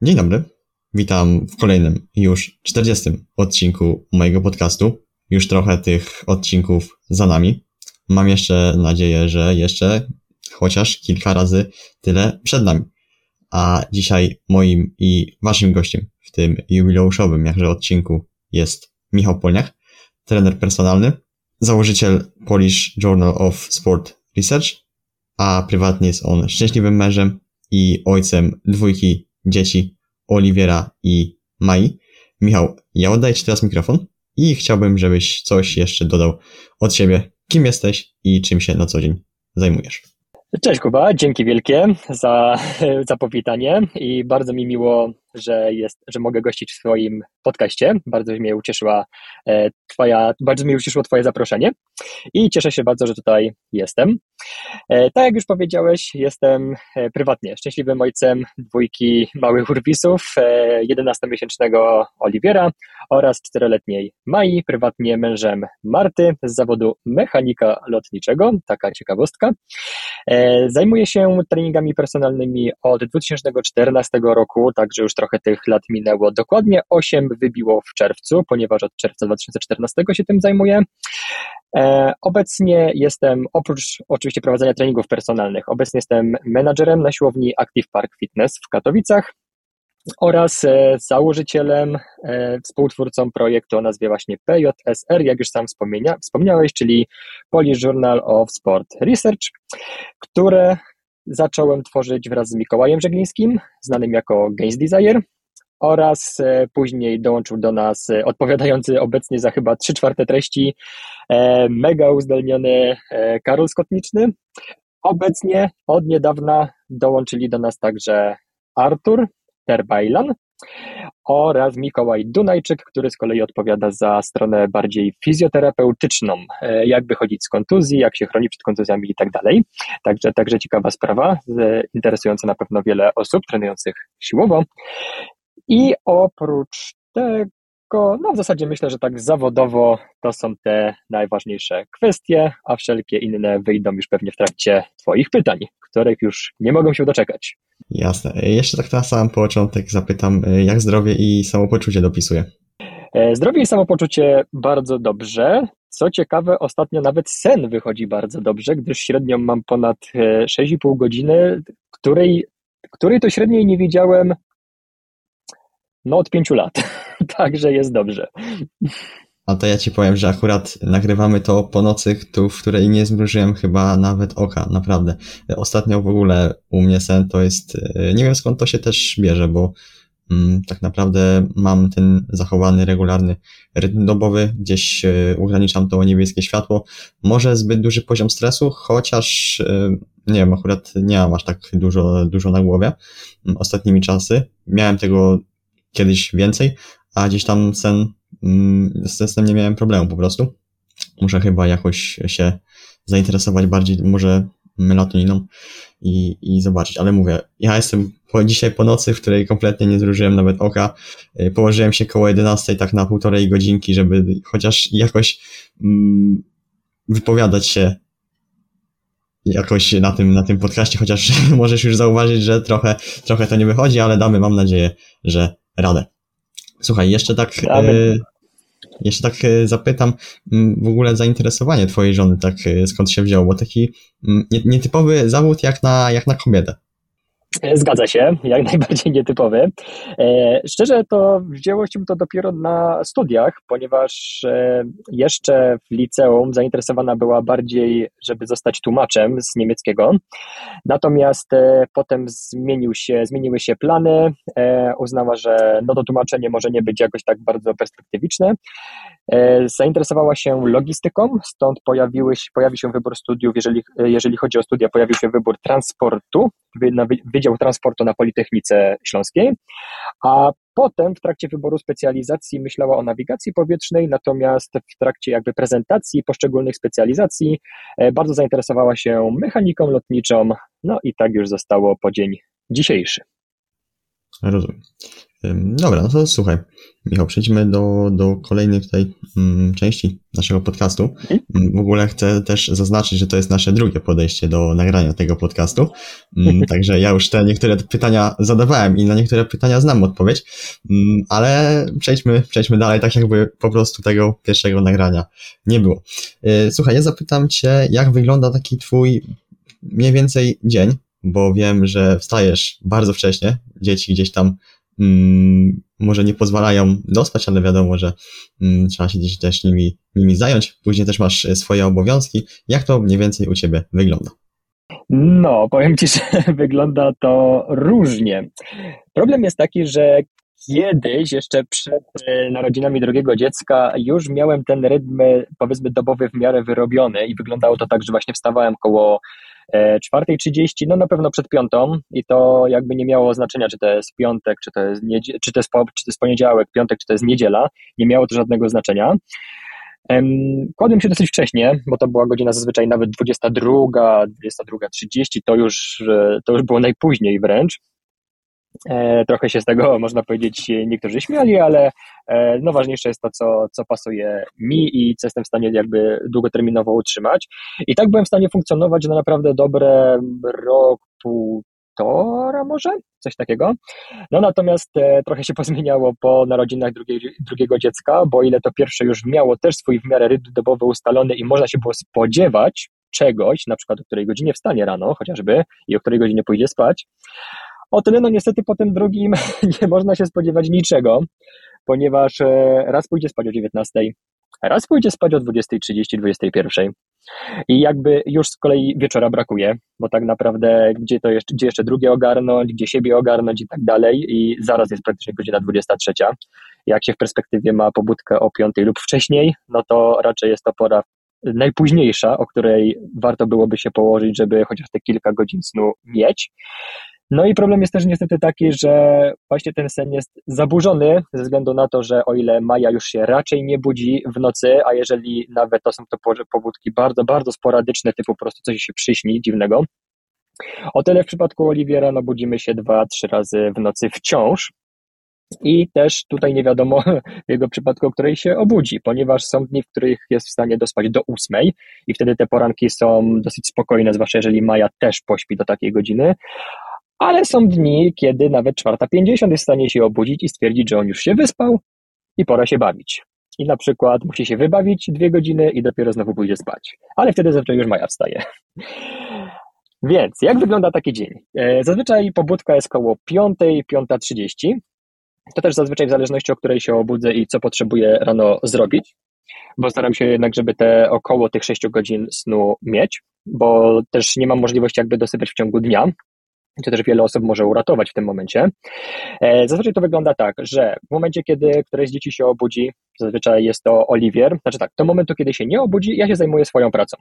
Dzień dobry, witam w kolejnym już 40. odcinku mojego podcastu. Już trochę tych odcinków za nami. Mam jeszcze nadzieję, że jeszcze chociaż kilka razy tyle przed nami. A dzisiaj moim i waszym gościem w tym jubileuszowym jakże odcinku jest Michał Polniak, trener personalny, założyciel Polish Journal of Sport Research, a prywatnie jest on szczęśliwym mężem i ojcem dwójki dzieci, Oliwiera i Mai. Michał, ja oddaję Ci teraz mikrofon i chciałbym, żebyś coś jeszcze dodał od siebie, kim jesteś i czym się na co dzień zajmujesz. Cześć Kuba, dzięki wielkie za powitanie i bardzo mi miło, że mogę gościć w swoim podcaście. Bardzo mnie ucieszyło Twoje zaproszenie i cieszę się bardzo, że tutaj jestem. Tak jak już powiedziałeś, jestem prywatnie szczęśliwym ojcem dwójki małych urwisów, 11-miesięcznego Oliwiera oraz 4-letniej Mai, prywatnie mężem Marty z zawodu mechanika lotniczego, taka ciekawostka. Zajmuję się treningami personalnymi od 2014 roku, także już trochę tych lat minęło. Dokładnie 8 wybiło w czerwcu, ponieważ od czerwca 2014 się tym zajmuję. Obecnie jestem, oprócz oczywiście prowadzenia treningów personalnych, obecnie jestem menadżerem na siłowni Active Park Fitness w Katowicach oraz założycielem, współtwórcą projektu o nazwie właśnie PJSR, jak już sam wspomniałeś, czyli Polish Journal of Sport Research, które zacząłem tworzyć wraz z Mikołajem Żeglińskim, znanym jako Gains Desire, oraz później dołączył do nas odpowiadający obecnie za chyba 3/4 treści mega uzdolniony Karol Skotniczny. Obecnie od niedawna dołączyli do nas także Artur Terbajlan oraz Mikołaj Dunajczyk, który z kolei odpowiada za stronę bardziej fizjoterapeutyczną, jak wychodzić z kontuzji, jak się chronić przed kontuzjami i tak dalej. Także ciekawa sprawa, interesująca na pewno wiele osób trenujących siłowo. I oprócz tego, w zasadzie myślę, że tak zawodowo to są te najważniejsze kwestie, a wszelkie inne wyjdą już pewnie w trakcie Twoich pytań, których już nie mogą się doczekać. Jasne. Jeszcze tak na sam początek zapytam, jak zdrowie i samopoczucie dopisuje? Zdrowie i samopoczucie bardzo dobrze. Co ciekawe, ostatnio nawet sen wychodzi bardzo dobrze, gdyż średnio mam ponad 6,5 godziny, której to średniej nie widziałem od 5 lat. Także jest dobrze. A to ja Ci powiem, że akurat nagrywamy to po nocy, w której nie zmrużyłem chyba nawet oka, naprawdę. Ostatnio w ogóle u mnie sen to jest, nie wiem skąd to się też bierze, bo tak naprawdę mam ten zachowany, regularny rytm dobowy, gdzieś ograniczam to niebieskie światło. Może zbyt duży poziom stresu, chociaż nie wiem, akurat nie mam aż tak dużo na głowie. Ostatnimi czasy miałem tego kiedyś więcej, a gdzieś tam z snem nie miałem problemu po prostu. Muszę chyba jakoś się zainteresować bardziej może melatoniną i zobaczyć, ale mówię, ja jestem dzisiaj po nocy, w której kompletnie nie zmrużyłem nawet oka, położyłem się koło 11 tak na 1,5 godzinki, żeby chociaż jakoś wypowiadać się jakoś na tym podcaście, chociaż możesz już zauważyć, że trochę to nie wychodzi, ale mam nadzieję, że radę. Słuchaj, jeszcze tak zapytam, w ogóle zainteresowanie twojej żony, tak skąd się wzięło, bo taki nietypowy zawód jak na kobietę. Zgadza się, jak najbardziej nietypowy. Szczerze to wzięło się to dopiero na studiach, ponieważ jeszcze w liceum zainteresowana była bardziej, żeby zostać tłumaczem z niemieckiego. Natomiast potem zmieniły się plany, uznała, że to tłumaczenie może nie być jakoś tak bardzo perspektywiczne. Zainteresowała się logistyką, stąd pojawił się wybór studiów, jeżeli chodzi o studia, pojawił się wybór transportu, Wydział Transportu na Politechnice Śląskiej, a potem w trakcie wyboru specjalizacji myślała o nawigacji powietrznej, natomiast w trakcie jakby prezentacji poszczególnych specjalizacji bardzo zainteresowała się mechaniką lotniczą, i tak już zostało po dzień dzisiejszy. Rozumiem. Dobra, no to słuchaj. Michał, przejdźmy do kolejnej tutaj części naszego podcastu. W ogóle chcę też zaznaczyć, że to jest nasze drugie podejście do nagrania tego podcastu. Także ja już te niektóre pytania zadawałem i na niektóre pytania znam odpowiedź, ale przejdźmy dalej, tak jakby po prostu tego pierwszego nagrania nie było. Słuchaj, ja zapytam cię, jak wygląda taki twój mniej więcej dzień, bo wiem, że wstajesz bardzo wcześnie, dzieci gdzieś tam może nie pozwalają dospać, ale wiadomo, że trzeba się gdzieś też nimi zająć. Później też masz swoje obowiązki. Jak to mniej więcej u ciebie wygląda? No, powiem ci, że wygląda to różnie. Problem jest taki, że kiedyś, jeszcze przed narodzinami drugiego dziecka, już miałem ten rytm, powiedzmy, dobowy w miarę wyrobiony i wyglądało to tak, że właśnie wstawałem koło 4:30, no na pewno przed 5:00 i to jakby nie miało znaczenia, czy to jest piątek, czy to jest poniedziałek, piątek, czy to jest niedziela, nie miało to żadnego znaczenia. Kładłem się dosyć wcześnie, bo to była godzina zazwyczaj nawet 22, 22:30, to już było najpóźniej wręcz. Trochę się z tego, można powiedzieć, niektórzy śmiali, ale no ważniejsze jest to, co pasuje mi i co jestem w stanie jakby długoterminowo utrzymać. I tak byłem w stanie funkcjonować na naprawdę dobre rok, półtora może, coś takiego. No natomiast trochę się pozmieniało po narodzinach drugiego dziecka, bo o ile to pierwsze już miało też swój w miarę rytm dobowy ustalony i można się było spodziewać czegoś, na przykład o której godzinie wstanie rano chociażby i o której godzinie pójdzie spać, o tyle no niestety po tym drugim nie można się spodziewać niczego, ponieważ raz pójdzie spać o 19:00, raz pójdzie spać o 20:30, 21:00 i jakby już z kolei wieczora brakuje, bo tak naprawdę gdzie jeszcze drugie ogarnąć, gdzie siebie ogarnąć i tak dalej i zaraz jest praktycznie godzina 23. Jak się w perspektywie ma pobudkę o 5:00 lub wcześniej, no to raczej jest to pora najpóźniejsza, o której warto byłoby się położyć, żeby chociaż te kilka godzin snu mieć. No i problem jest też niestety taki, że właśnie ten sen jest zaburzony ze względu na to, że o ile Maja już się raczej nie budzi w nocy, a jeżeli nawet to są to pobudki bardzo, bardzo sporadyczne, typu po prostu coś się przyśni dziwnego, o tyle w przypadku Oliwiera no budzimy się 2-3 razy w nocy wciąż. I też tutaj nie wiadomo w jego przypadku, o której się obudzi, ponieważ są dni, w których jest w stanie dospać do 8:00 i wtedy te poranki są dosyć spokojne, zwłaszcza jeżeli Maja też pośpi do takiej godziny. Ale są dni, kiedy nawet 4:50 jest w stanie się obudzić i stwierdzić, że on już się wyspał i pora się bawić. I na przykład musi się wybawić 2 godziny i dopiero znowu pójdzie spać. Ale wtedy zazwyczaj już Maja wstaje. Więc jak wygląda taki dzień? Zazwyczaj pobudka jest koło 5:00, 5:30. To też zazwyczaj w zależności, o której się obudzę i co potrzebuję rano zrobić, bo staram się jednak, żeby około tych 6 godzin snu mieć, bo też nie mam możliwości jakby dosypać w ciągu dnia, co też wiele osób może uratować w tym momencie. Zazwyczaj to wygląda tak, że w momencie, kiedy któreś z dzieci się obudzi, zazwyczaj jest to Oliwier, znaczy tak, do momentu, kiedy się nie obudzi, ja się zajmuję swoją pracą.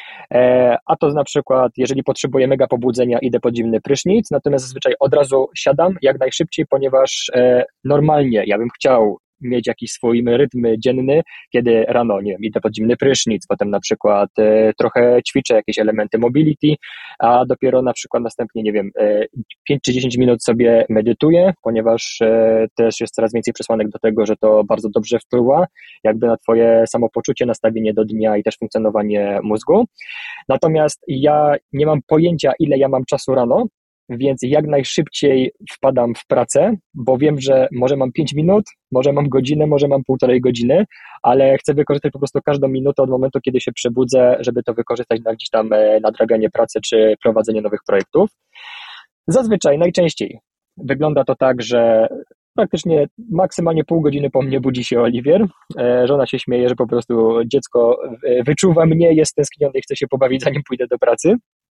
A to na przykład, jeżeli potrzebuję mega pobudzenia, idę pod zimny prysznic, natomiast zazwyczaj od razu siadam jak najszybciej, ponieważ normalnie ja bym chciał mieć jakiś swój rytm dzienny, kiedy rano, nie wiem, idę pod zimny prysznic, potem na przykład trochę ćwiczę jakieś elementy mobility, a dopiero na przykład następnie, nie wiem, 5 czy 10 minut sobie medytuję, ponieważ też jest coraz więcej przesłanek do tego, że to bardzo dobrze wpływa jakby na twoje samopoczucie, nastawienie do dnia i też funkcjonowanie mózgu. Natomiast ja nie mam pojęcia, ile ja mam czasu rano, więc jak najszybciej wpadam w pracę, bo wiem, że może mam 5 minut, może mam godzinę, może mam 1,5 godziny, ale chcę wykorzystać po prostu każdą minutę od momentu, kiedy się przebudzę, żeby to wykorzystać na gdzieś tam nadrabianie pracy czy prowadzenie nowych projektów. Zazwyczaj, najczęściej wygląda to tak, że praktycznie maksymalnie pół godziny po mnie budzi się Oliwier. Żona się śmieje, że po prostu dziecko wyczuwa mnie, jest tęsknione i chce się pobawić, zanim pójdę do pracy.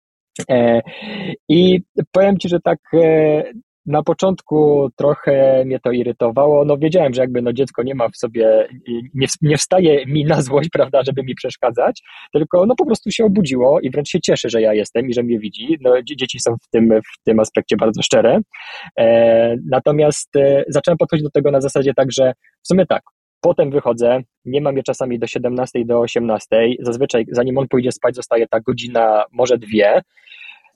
I powiem Ci, że tak na początku trochę mnie to irytowało. No wiedziałem, że jakby no dziecko nie ma w sobie, nie wstaje mi na złość, prawda, żeby mi przeszkadzać, tylko no po prostu się obudziło i wręcz się cieszy, że ja jestem i że mnie widzi. No dzieci są w tym aspekcie bardzo szczere. Natomiast zacząłem podchodzić do tego na zasadzie tak, że w sumie tak, potem wychodzę, nie mam je czasami do 17, do 18, zazwyczaj zanim on pójdzie spać zostaje ta godzina, może 2.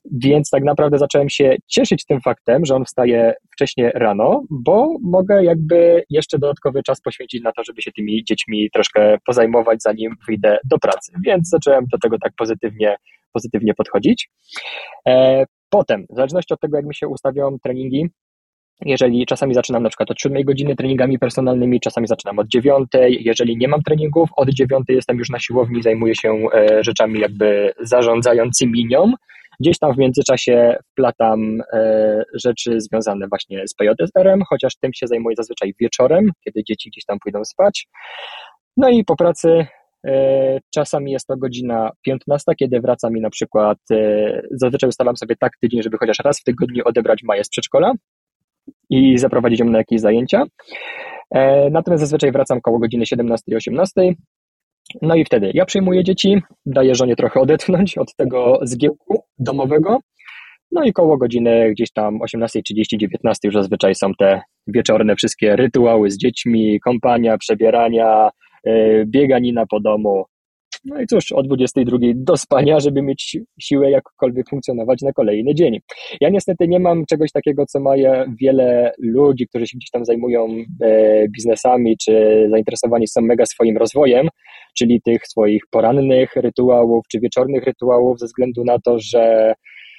Więc tak naprawdę zacząłem się cieszyć tym faktem, że on wstaje wcześnie rano, bo mogę jakby jeszcze dodatkowy czas poświęcić na to, żeby się tymi dziećmi troszkę pozajmować, zanim wyjdę do pracy. Więc zacząłem do tego tak pozytywnie podchodzić. Potem, w zależności od tego, jak mi się ustawią treningi, jeżeli czasami zaczynam na przykład od 7 godziny treningami personalnymi, czasami zaczynam od 9, jeżeli nie mam treningów, od 9 jestem już na siłowni, zajmuję się rzeczami jakby zarządzającymi nią. Gdzieś tam w międzyczasie wplatam rzeczy związane właśnie z PJSR-em, chociaż tym się zajmuję zazwyczaj wieczorem, kiedy dzieci gdzieś tam pójdą spać. No i po pracy czasami jest to godzina 15, kiedy wracam i na przykład zazwyczaj ustalam sobie tak tydzień, żeby chociaż raz w tygodniu odebrać Maję z przedszkola i zaprowadzić ją na jakieś zajęcia. Natomiast zazwyczaj wracam koło godziny 17, 18. No i wtedy ja przyjmuję dzieci, daję żonie trochę odetchnąć od tego zgiełku domowego. No i koło godziny gdzieś tam 18:30, 19 już zazwyczaj są te wieczorne wszystkie rytuały z dziećmi, kąpania, przebierania, bieganina po domu. No i cóż, o 22 do spania, żeby mieć siłę jakkolwiek funkcjonować na kolejny dzień. Ja niestety nie mam czegoś takiego, co ma wiele ludzi, którzy się gdzieś tam zajmują biznesami, czy zainteresowani są mega swoim rozwojem, czyli tych swoich porannych rytuałów, czy wieczornych rytuałów, ze względu na to, że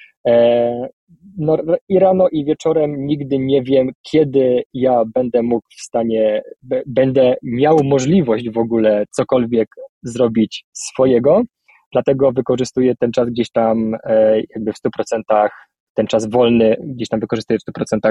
no, i rano, i wieczorem nigdy nie wiem, kiedy ja będę mógł w stanie, będę miał możliwość w ogóle cokolwiek zrobić swojego, dlatego wykorzystuję ten czas gdzieś tam jakby w 100%, ten czas wolny gdzieś tam wykorzystuję w 100%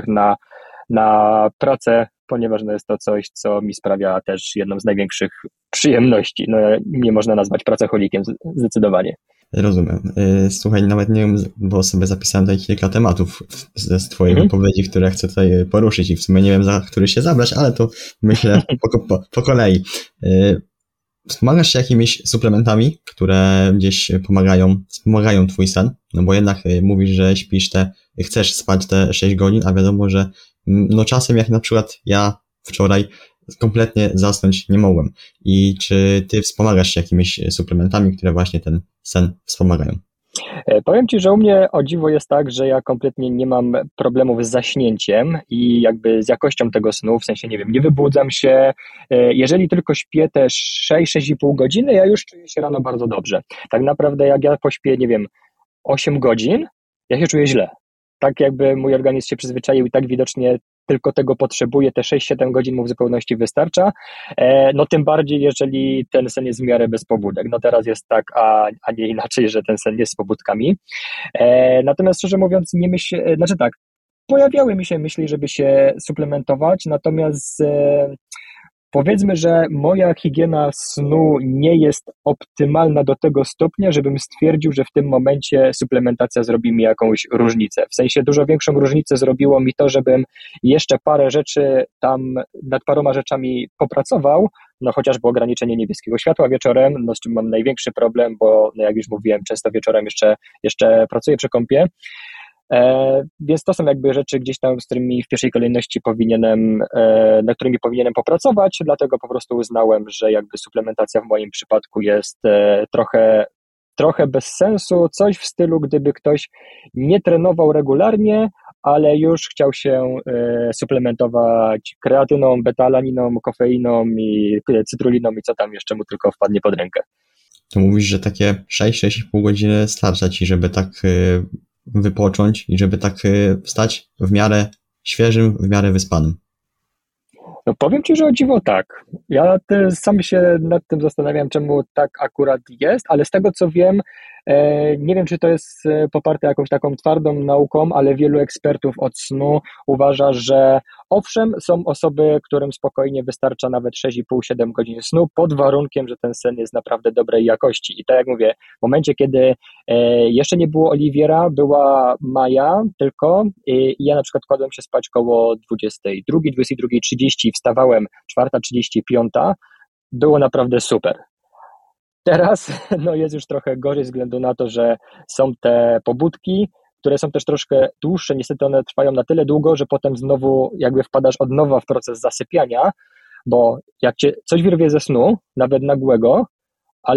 na pracę, ponieważ no jest to coś, co mi sprawia też jedną z największych przyjemności. No, mnie można nazwać pracocholikiem zdecydowanie. Rozumiem. Słuchaj, nawet nie wiem, bo sobie zapisałem tutaj kilka tematów z twojej wypowiedzi, które chcę tutaj poruszyć i w sumie nie wiem, za który się zabrać, ale to myślę po kolei. Wspomagasz się jakimiś suplementami, które gdzieś wspomagają twój sen? No bo jednak mówisz, że chcesz spać te 6 godzin, a wiadomo, że no czasem jak na przykład ja wczoraj kompletnie zasnąć nie mogłem. I czy ty wspomagasz się jakimiś suplementami, które właśnie ten sen wspomagają? Powiem Ci, że u mnie o dziwo jest tak, że ja kompletnie nie mam problemów z zaśnięciem i jakby z jakością tego snu, w sensie nie wiem, nie wybudzam się, jeżeli tylko śpię te 6-6,5 godziny, ja już czuję się rano bardzo dobrze. Tak naprawdę jak ja pośpię, nie wiem, 8 godzin, ja się czuję źle. Tak jakby mój organizm się przyzwyczaił i tak widocznie tylko tego potrzebuje, te 6-7 godzin mu w zupełności wystarcza, no tym bardziej, jeżeli ten sen jest w miarę bez pobudek. No teraz jest tak, a nie inaczej, że ten sen jest z pobudkami. Natomiast szczerze mówiąc, nie myślę, znaczy tak, pojawiały mi się myśli, żeby się suplementować, natomiast powiedzmy, że moja higiena snu nie jest optymalna do tego stopnia, żebym stwierdził, że w tym momencie suplementacja zrobi mi jakąś różnicę. W sensie dużo większą różnicę zrobiło mi to, żebym jeszcze parę rzeczy tam, nad paroma rzeczami popracował, no chociażby ograniczenie niebieskiego światła wieczorem, no z czym mam największy problem, bo no jak już mówiłem, często wieczorem jeszcze pracuję przy kąpie. Więc to są jakby rzeczy gdzieś tam, z którymi w pierwszej kolejności nad którymi powinienem popracować, dlatego po prostu uznałem, że jakby suplementacja w moim przypadku jest trochę bez sensu, coś w stylu, gdyby ktoś nie trenował regularnie, ale już chciał się suplementować kreatyną, beta-alaniną, kofeiną i cytruliną i co tam jeszcze mu tylko wpadnie pod rękę. To mówisz, że takie 6-6,5 godziny starcza ci, żeby tak wypocząć i żeby tak wstać w miarę świeżym, w miarę wyspanym. No powiem Ci, że o dziwo tak. Ja sam się nad tym zastanawiam, czemu tak akurat jest, ale z tego co wiem, nie wiem, czy to jest poparte jakąś taką twardą nauką, ale wielu ekspertów od snu uważa, że owszem, są osoby, którym spokojnie wystarcza nawet 6,5-7 godzin snu, pod warunkiem, że ten sen jest naprawdę dobrej jakości. I tak jak mówię, w momencie, kiedy jeszcze nie było Oliwiera, była Maja tylko i ja na przykład kładłem się spać koło 22, 22:30, wstawałem 4:35, było naprawdę super. Teraz no jest już trochę gorzej ze względu na to, że są te pobudki, które są też troszkę dłuższe, niestety one trwają na tyle długo, że potem znowu jakby wpadasz od nowa w proces zasypiania, bo jak cię coś wyrwie ze snu, nawet nagłego, ale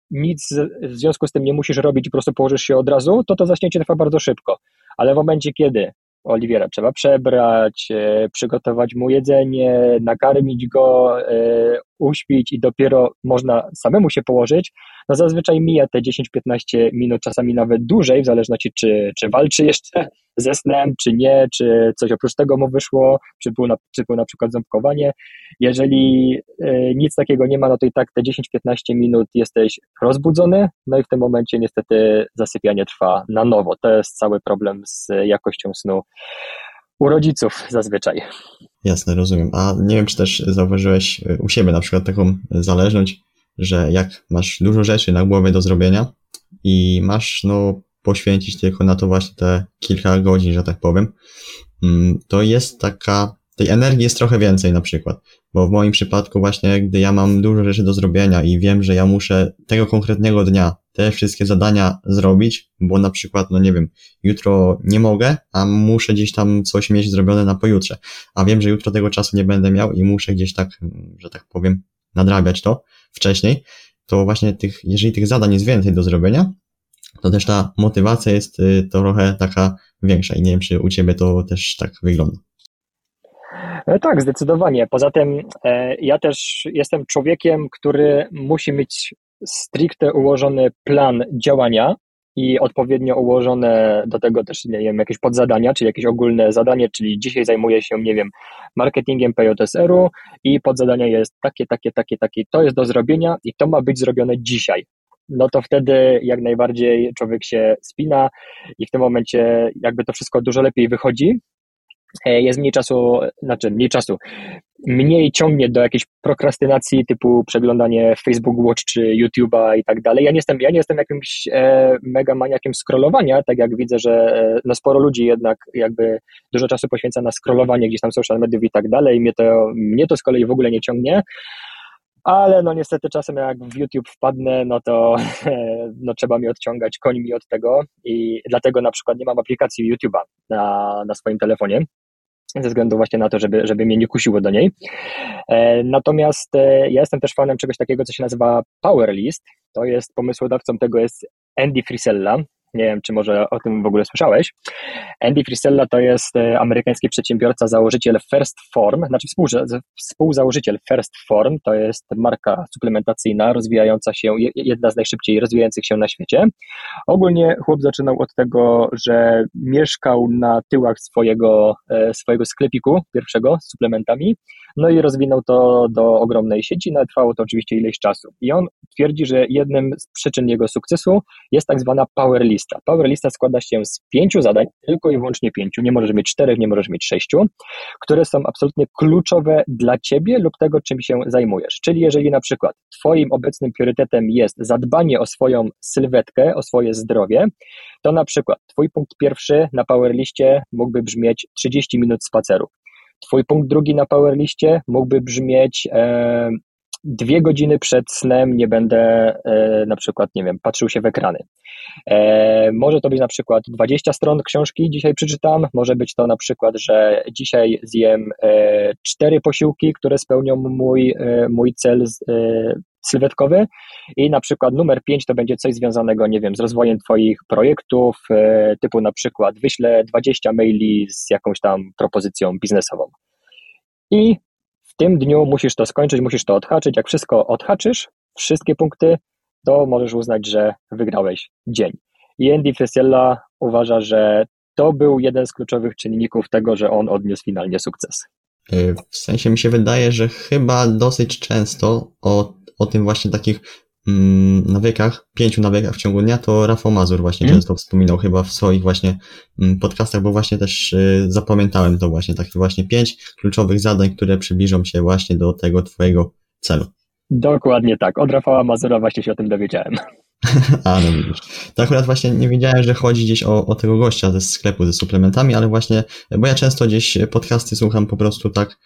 nic w związku z tym nie musisz robić i po prostu położysz się od razu, to zaśnięcie trwa bardzo szybko. Ale w momencie, kiedy Oliwiera trzeba przebrać, przygotować mu jedzenie, nakarmić go, uśpić i dopiero można samemu się położyć, no zazwyczaj mija te 10-15 minut, czasami nawet dłużej, w zależności czy walczy jeszcze ze snem, czy nie, czy coś oprócz tego mu wyszło, czy było na przykład ząbkowanie. Jeżeli nic takiego nie ma, no to i tak te 10-15 minut jesteś rozbudzony, no i w tym momencie niestety zasypianie trwa na nowo. To jest cały problem z jakością snu u rodziców zazwyczaj. Jasne, rozumiem. A nie wiem, czy też zauważyłeś u siebie na przykład taką zależność, że jak masz dużo rzeczy na głowie do zrobienia i masz poświęcić tylko na to właśnie te kilka godzin, że tak powiem, to jest tej energii jest trochę więcej na przykład, bo w moim przypadku właśnie, gdy ja mam dużo rzeczy do zrobienia i wiem, że ja muszę tego konkretnego dnia te wszystkie zadania zrobić, bo na przykład, nie wiem, jutro nie mogę, a muszę gdzieś tam coś mieć zrobione na pojutrze, a wiem, że jutro tego czasu nie będę miał i muszę gdzieś tak, że tak powiem, nadrabiać to wcześniej, to właśnie jeżeli tych zadań jest więcej do zrobienia, to też ta motywacja jest trochę taka większa i nie wiem, czy u Ciebie to też tak wygląda. Tak, zdecydowanie. Poza tym ja też jestem człowiekiem, który musi mieć stricte ułożony plan działania i odpowiednio ułożone do tego też, nie wiem, jakieś podzadania, czy jakieś ogólne zadanie, czyli dzisiaj zajmuję się, nie wiem, marketingiem PJSR-u i podzadanie jest takie, to jest do zrobienia i to ma być zrobione dzisiaj. No to wtedy jak najbardziej człowiek się spina i w tym momencie jakby to wszystko dużo lepiej wychodzi. Jest mniej ciągnie do jakiejś prokrastynacji typu przeglądanie Facebook Watch czy YouTube'a i tak dalej. Ja nie jestem jakimś mega maniakiem scrollowania, tak jak widzę, że sporo ludzi jednak jakby dużo czasu poświęca na scrollowanie gdzieś tam social mediów i tak dalej. Mnie to z kolei w ogóle nie ciągnie. Ale niestety czasem jak w YouTube wpadnę, to trzeba mi odciągać, koń mi od tego i dlatego na przykład nie mam aplikacji YouTube'a na swoim telefonie, ze względu właśnie na to, żeby mnie nie kusiło do niej. Natomiast ja jestem też fanem czegoś takiego, co się nazywa Power List. To jest pomysłodawcą tego jest Andy Frisella. Nie wiem, czy może o tym w ogóle słyszałeś. Andy Frisella to jest amerykański przedsiębiorca, założyciel First Form, znaczy współzałożyciel First Form, to jest marka suplementacyjna rozwijająca się, jedna z najszybciej rozwijających się na świecie. Ogólnie chłop zaczynał od tego, że mieszkał na tyłach swojego sklepiku pierwszego z suplementami, no i rozwinął to do ogromnej sieci, no trwało to oczywiście ileś czasu. I on twierdzi, że jednym z przyczyn jego sukcesu jest tak zwana Power Lista. Power Lista składa się z 5 zadań, tylko i wyłącznie 5, nie możesz mieć 4, nie możesz mieć 6, które są absolutnie kluczowe dla Ciebie lub tego, czym się zajmujesz. Czyli jeżeli na przykład Twoim obecnym priorytetem jest zadbanie o swoją sylwetkę, o swoje zdrowie, to na przykład Twój punkt pierwszy na Power Liście mógłby brzmieć 30 minut spaceru. Twój punkt drugi na Power Liście mógłby brzmieć 2 godziny przed snem nie będę na przykład, nie wiem, patrzył się w ekrany. Może to być na przykład 20 stron książki dzisiaj przeczytam, może być to na przykład, że dzisiaj zjem 4 posiłki, które spełnią mój cel sylwetkowy i na przykład numer 5 to będzie coś związanego, nie wiem, z rozwojem Twoich projektów, typu na przykład wyślę 20 maili z jakąś tam propozycją biznesową. I w tym dniu musisz to skończyć, musisz to odhaczyć. Jak wszystko odhaczysz, wszystkie punkty, to możesz uznać, że wygrałeś dzień. I Andy Frisella uważa, że to był jeden z kluczowych czynników tego, że on odniósł finalnie sukces. W sensie mi się wydaje, że chyba dosyć często o tym właśnie takich nawykach, 5 nawykach w ciągu dnia, to Rafał Mazur właśnie często wspominał chyba w swoich właśnie podcastach, bo właśnie też zapamiętałem to właśnie, takie właśnie 5 kluczowych zadań, które przybliżą się właśnie do tego Twojego celu. Dokładnie tak, od Rafała Mazura właśnie się o tym dowiedziałem. A, no widzisz. To akurat właśnie nie wiedziałem, że chodzi gdzieś o tego gościa ze sklepu ze suplementami, ale właśnie, bo ja często gdzieś podcasty słucham po prostu tak,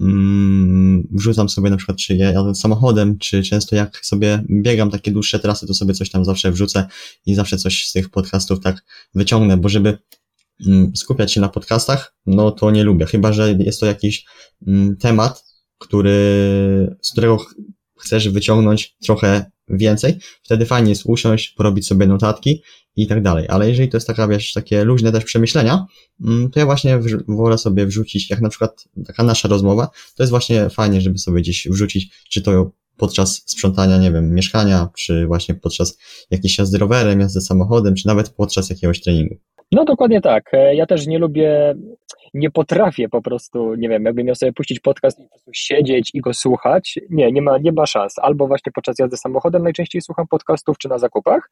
wrzucam sobie na przykład, czy jadę samochodem, czy często jak sobie biegam takie dłuższe trasy, to sobie coś tam zawsze wrzucę i zawsze coś z tych podcastów tak wyciągnę, bo żeby skupiać się na podcastach, no to nie lubię, chyba że jest to jakiś temat, z którego chcesz wyciągnąć trochę więcej, wtedy fajnie jest usiąść, porobić sobie notatki i tak dalej. Ale jeżeli to jest taka, wiesz, takie luźne też przemyślenia, to ja właśnie wolę sobie wrzucić, jak na przykład taka nasza rozmowa, to jest właśnie fajnie, żeby sobie gdzieś wrzucić, czy to podczas sprzątania, nie wiem, mieszkania, czy właśnie podczas jakiejś jazdy rowerem, jazdy samochodem, czy nawet podczas jakiegoś treningu. No dokładnie tak. Ja też nie lubię, nie potrafię po prostu, nie wiem, jakbym miał sobie puścić podcast i po prostu siedzieć i go słuchać. Nie ma szans. Albo właśnie podczas jazdy samochodem najczęściej słucham podcastów, czy na zakupach.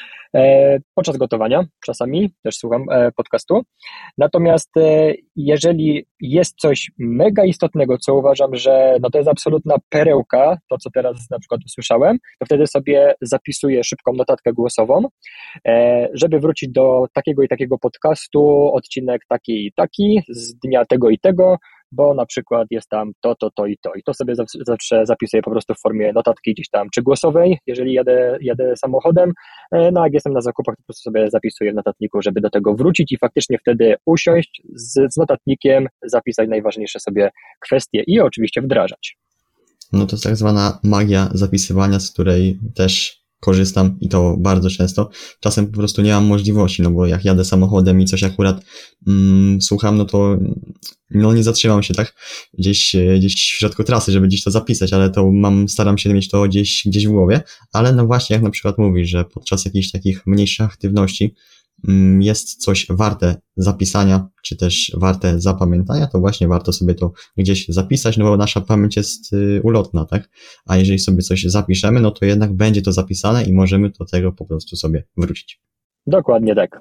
Podczas gotowania czasami też słucham podcastu. Natomiast jeżeli jest coś mega istotnego, co uważam, że no to jest absolutna perełka, to co teraz na przykład usłyszałem, to wtedy sobie zapisuję szybką notatkę głosową, żeby wrócić do takiego i takiego podcastu, odcinek taki i taki, z dnia tego i tego, bo na przykład jest tam to i to. I to sobie zawsze zapisuję po prostu w formie notatki gdzieś tam, czy głosowej, jeżeli jadę samochodem, no jak jestem na zakupach, to po prostu sobie zapisuję w notatniku, żeby do tego wrócić i faktycznie wtedy usiąść z notatnikiem, zapisać najważniejsze sobie kwestie i oczywiście wdrażać. No to jest tak zwana magia zapisywania, z której też korzystam i to bardzo często. Czasem po prostu nie mam możliwości, no bo jak jadę samochodem i coś akurat słucham, no to no nie zatrzymam się tak gdzieś w środku trasy, żeby gdzieś to zapisać, ale to staram się mieć to gdzieś w głowie, ale no właśnie jak na przykład mówisz, że podczas jakichś takich mniejszych aktywności jest coś warte zapisania, czy też warte zapamiętania, to właśnie warto sobie to gdzieś zapisać, no bo nasza pamięć jest ulotna, tak? A jeżeli sobie coś zapiszemy, no to jednak będzie to zapisane i możemy do tego po prostu sobie wrócić. Dokładnie tak.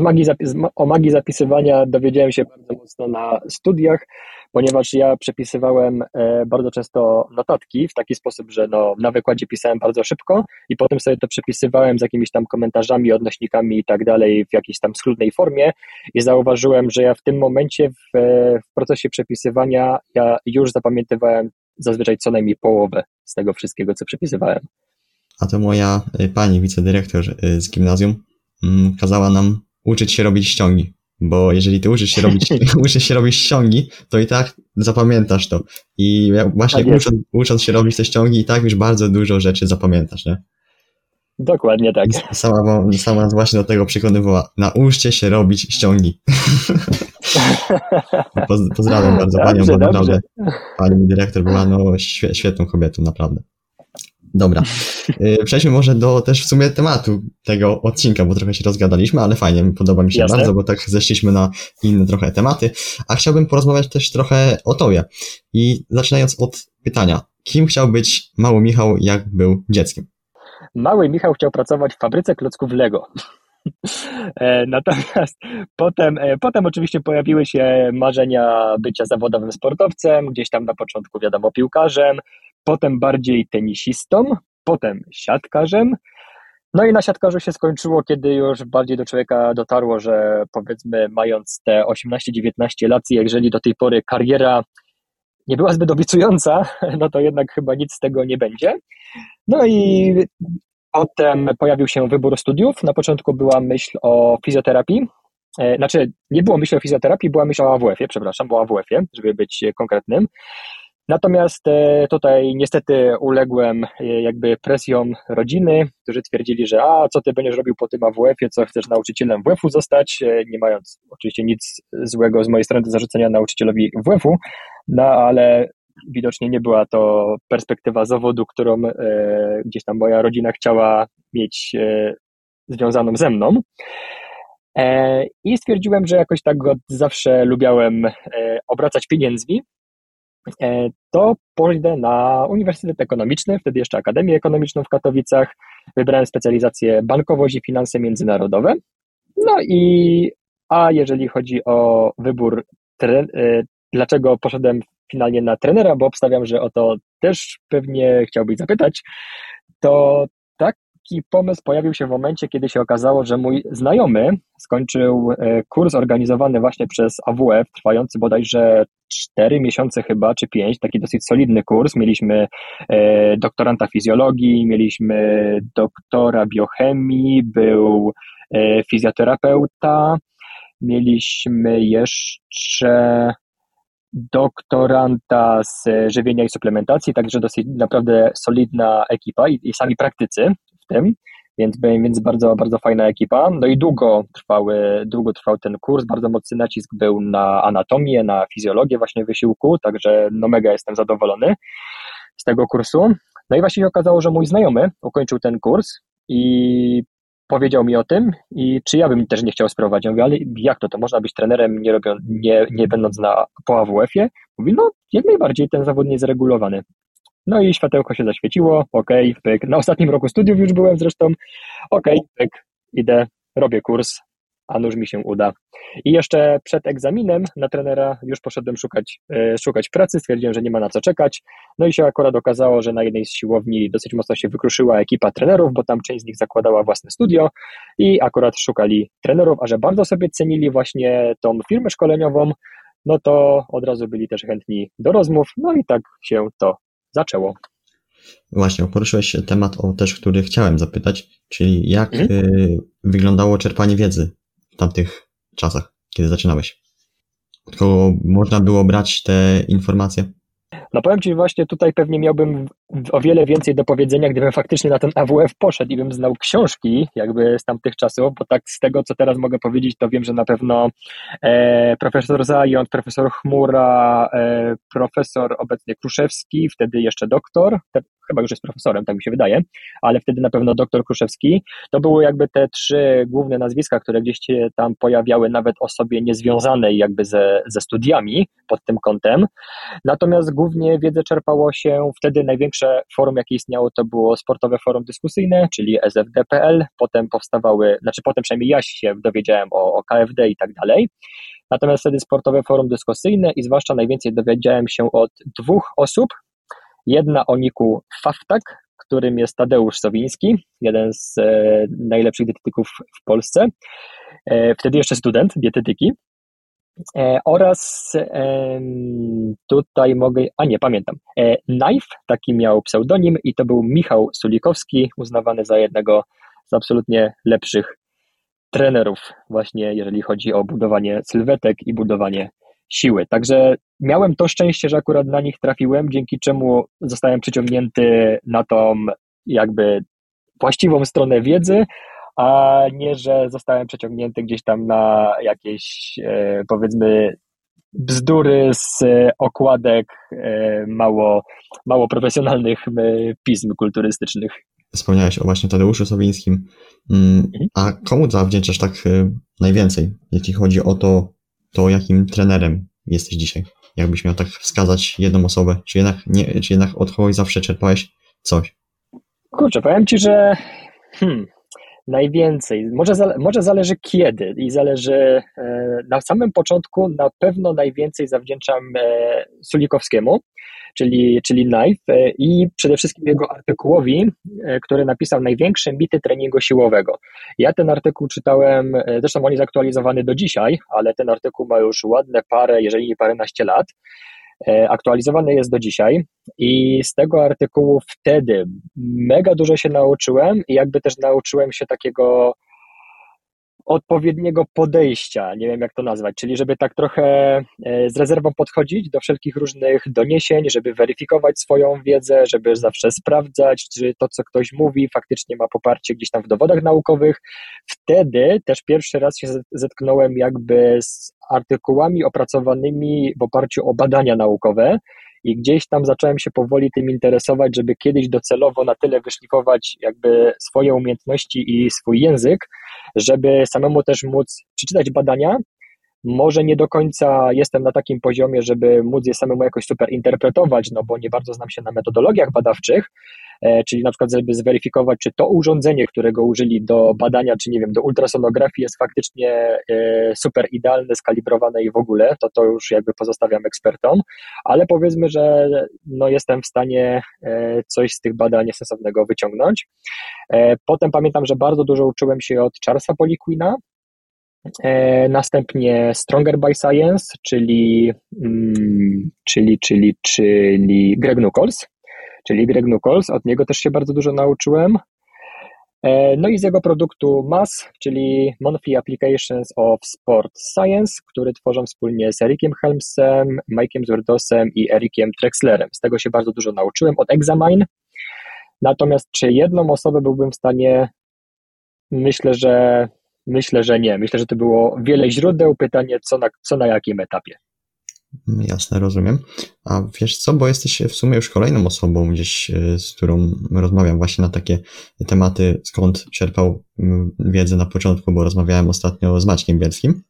O magii zapisywania dowiedziałem się bardzo mocno na studiach, ponieważ ja przepisywałem bardzo często notatki w taki sposób, że no, na wykładzie pisałem bardzo szybko i potem sobie to przepisywałem z jakimiś tam komentarzami, odnośnikami i tak dalej w jakiejś tam schludnej formie i zauważyłem, że ja w tym momencie w procesie przepisywania ja już zapamiętywałem zazwyczaj co najmniej połowę z tego wszystkiego, co przepisywałem. A to moja pani wicedyrektor z gimnazjum kazała nam uczyć się robić ściągi, bo jeżeli ty uczysz się robić ściągi, to i tak zapamiętasz to. I właśnie tak ucząc się robić te ściągi, i tak już bardzo dużo rzeczy zapamiętasz, nie? Dokładnie tak. I sama nas właśnie do tego przekonywała. Nauczcie się robić ściągi. Pozdrawiam bardzo panią, bo naprawdę pani dyrektor była świetną kobietą, naprawdę. Dobra, przejdźmy może do też w sumie tematu tego odcinka, bo trochę się rozgadaliśmy, ale fajnie, podoba mi się bardzo, bo tak zeszliśmy na inne trochę tematy, a chciałbym porozmawiać też trochę o tobie. I zaczynając od pytania, kim chciał być mały Michał, jak był dzieckiem? Mały Michał chciał pracować w fabryce klocków Lego. Natomiast potem oczywiście pojawiły się marzenia bycia zawodowym sportowcem, gdzieś tam na początku wiadomo piłkarzem, potem bardziej tenisistą, potem siatkarzem. No i na siatkarzu się skończyło, kiedy już bardziej do człowieka dotarło, że powiedzmy mając te 18-19 lat, jeżeli do tej pory kariera nie była zbyt obiecująca, no to jednak chyba nic z tego nie będzie. No i potem pojawił się wybór studiów. Na początku była myśl o fizjoterapii. Znaczy, nie było myśli o fizjoterapii, była myśl o AWF-ie, żeby być konkretnym. Natomiast tutaj niestety uległem jakby presjom rodziny, którzy twierdzili, że co ty będziesz robił po tym AWF-ie, co chcesz nauczycielem WF-u zostać, nie mając oczywiście nic złego z mojej strony do zarzucenia nauczycielowi WF-u, no ale widocznie nie była to perspektywa zawodu, którą gdzieś tam moja rodzina chciała mieć związaną ze mną. I stwierdziłem, że jakoś tak od zawsze lubiałem obracać pieniędzmi, to pójdę na Uniwersytet Ekonomiczny, wtedy jeszcze Akademię Ekonomiczną w Katowicach. Wybrałem specjalizację bankowość i finanse międzynarodowe. No i jeżeli chodzi o wybór, dlaczego poszedłem finalnie na trenera, bo obstawiam, że o to też pewnie chciałbyś zapytać, to taki pomysł pojawił się w momencie, kiedy się okazało, że mój znajomy skończył kurs organizowany właśnie przez AWF, trwający bodajże 4 miesiące chyba, czy 5, taki dosyć solidny kurs. Mieliśmy doktoranta fizjologii, mieliśmy doktora biochemii, był fizjoterapeuta, mieliśmy jeszcze doktoranta z żywienia i suplementacji, także dosyć naprawdę solidna ekipa i sami praktycy w tym, więc bardzo, bardzo fajna ekipa. No i długo trwał ten kurs, bardzo mocny nacisk był na anatomię, na fizjologię właśnie wysiłku, także no mega jestem zadowolony z tego kursu. No i właśnie się okazało, że mój znajomy ukończył ten kurs i powiedział mi o tym i czy ja bym też nie chciał spróbować. Ja mówię, ale jak to można być trenerem nie będąc po AWF-ie? Mówi, no jak najbardziej, ten zawód nie jest regulowany. No i światełko się zaświeciło, okej, pyk. Na ostatnim roku studiów już byłem zresztą, okej, pyk, idę, robię kurs, a nuż mi się uda. I jeszcze przed egzaminem na trenera już poszedłem szukać pracy, stwierdziłem, że nie ma na co czekać. No i się akurat okazało, że na jednej z siłowni dosyć mocno się wykruszyła ekipa trenerów, bo tam część z nich zakładała własne studio i akurat szukali trenerów, a że bardzo sobie cenili właśnie tą firmę szkoleniową, no to od razu byli też chętni do rozmów, no i tak się to zaczęło. Właśnie, poruszyłeś temat też, który chciałem zapytać, czyli jak wyglądało czerpanie wiedzy w tamtych czasach, kiedy zaczynałeś? Od kogo można było brać te informacje? No powiem Ci właśnie, tutaj pewnie miałbym o wiele więcej do powiedzenia, gdybym faktycznie na ten AWF poszedł i bym znał książki jakby z tamtych czasów, bo tak z tego, co teraz mogę powiedzieć, to wiem, że na pewno profesor Zając, profesor Chmura, profesor obecnie Kruszewski, wtedy jeszcze doktor, chyba już jest profesorem, tak mi się wydaje, ale wtedy na pewno doktor Kruszewski, to były jakby te trzy główne nazwiska, które gdzieś się tam pojawiały, nawet osobie niezwiązanej jakby ze studiami pod tym kątem. Natomiast głównie wiedzę czerpało się wtedy, największe forum, jakie istniało, to było Sportowe Forum Dyskusyjne, czyli SFD.pl, potem potem przynajmniej ja się dowiedziałem o KFD i tak dalej. Natomiast wtedy Sportowe Forum Dyskusyjne i zwłaszcza najwięcej dowiedziałem się od dwóch osób. Jedna o niku Faftak, którym jest Tadeusz Sowiński, jeden z najlepszych dietetyków w Polsce, wtedy jeszcze student dietetyki. Oraz tutaj pamiętam, Knife, taki miał pseudonim i to był Michał Sulikowski, uznawany za jednego z absolutnie lepszych trenerów właśnie jeżeli chodzi o budowanie sylwetek i budowanie siły. Także miałem to szczęście, że akurat na nich trafiłem, dzięki czemu zostałem przyciągnięty na tą jakby właściwą stronę wiedzy, a nie, że zostałem przeciągnięty gdzieś tam na jakieś powiedzmy bzdury z okładek mało profesjonalnych pism kulturystycznych. Wspomniałeś o właśnie Tadeuszu Sowińskim, a komu zawdzięczasz tak najwięcej, jeśli chodzi o to jakim trenerem jesteś dzisiaj? Jakbyś miał tak wskazać jedną osobę, czy jednak od kogoś zawsze czerpałeś coś? Kurczę, powiem Ci, że najwięcej, może zależy kiedy i zależy, na samym początku na pewno najwięcej zawdzięczam Sulikowskiemu, czyli Knife i przede wszystkim jego artykułowi, który napisał Największe mity treningu siłowego. Ja ten artykuł czytałem, zresztą on jest aktualizowany do dzisiaj, ale ten artykuł ma już ładne parę, jeżeli nie paręnaście lat. Aktualizowany jest do dzisiaj i z tego artykułu wtedy mega dużo się nauczyłem i jakby też nauczyłem się takiego odpowiedniego podejścia, nie wiem jak to nazwać, czyli żeby tak trochę z rezerwą podchodzić do wszelkich różnych doniesień, żeby weryfikować swoją wiedzę, żeby zawsze sprawdzać, czy to, co ktoś mówi, faktycznie ma poparcie gdzieś tam w dowodach naukowych. Wtedy też pierwszy raz się zetknąłem jakby z artykułami opracowanymi w oparciu o badania naukowe i gdzieś tam zacząłem się powoli tym interesować, żeby kiedyś docelowo na tyle wyszlifować jakby swoje umiejętności i swój język, żeby samemu też móc przeczytać badania. Może nie do końca jestem na takim poziomie, żeby móc je samemu jakoś super interpretować, no bo nie bardzo znam się na metodologiach badawczych, czyli na przykład żeby zweryfikować, czy to urządzenie, którego użyli do badania, czy nie wiem, do ultrasonografii jest faktycznie super idealne, skalibrowane i w ogóle, to już jakby pozostawiam ekspertom, ale powiedzmy, że no jestem w stanie coś z tych badań sensownego wyciągnąć. Potem pamiętam, że bardzo dużo uczyłem się od Charlesa Poliquina, następnie Stronger by Science, czyli Greg Nuckols, od niego też się bardzo dużo nauczyłem. No i z jego produktu MAS, czyli Monthly Applications of Sport Science, który tworzą wspólnie z Erikiem Helmsem, Mike'iem Zurdosem i Erikiem Trexlerem. Z tego się bardzo dużo nauczyłem od Examine. Natomiast czy jedną osobę byłbym w stanie? Myślę, że nie. Myślę, że to było wiele źródeł. Pytanie, co na jakim etapie. Jasne, rozumiem. A wiesz co, bo jesteś w sumie już kolejną osobą gdzieś, z którą rozmawiam właśnie na takie tematy, skąd czerpał wiedzę na początku, bo rozmawiałem ostatnio z Maćkiem Bielskim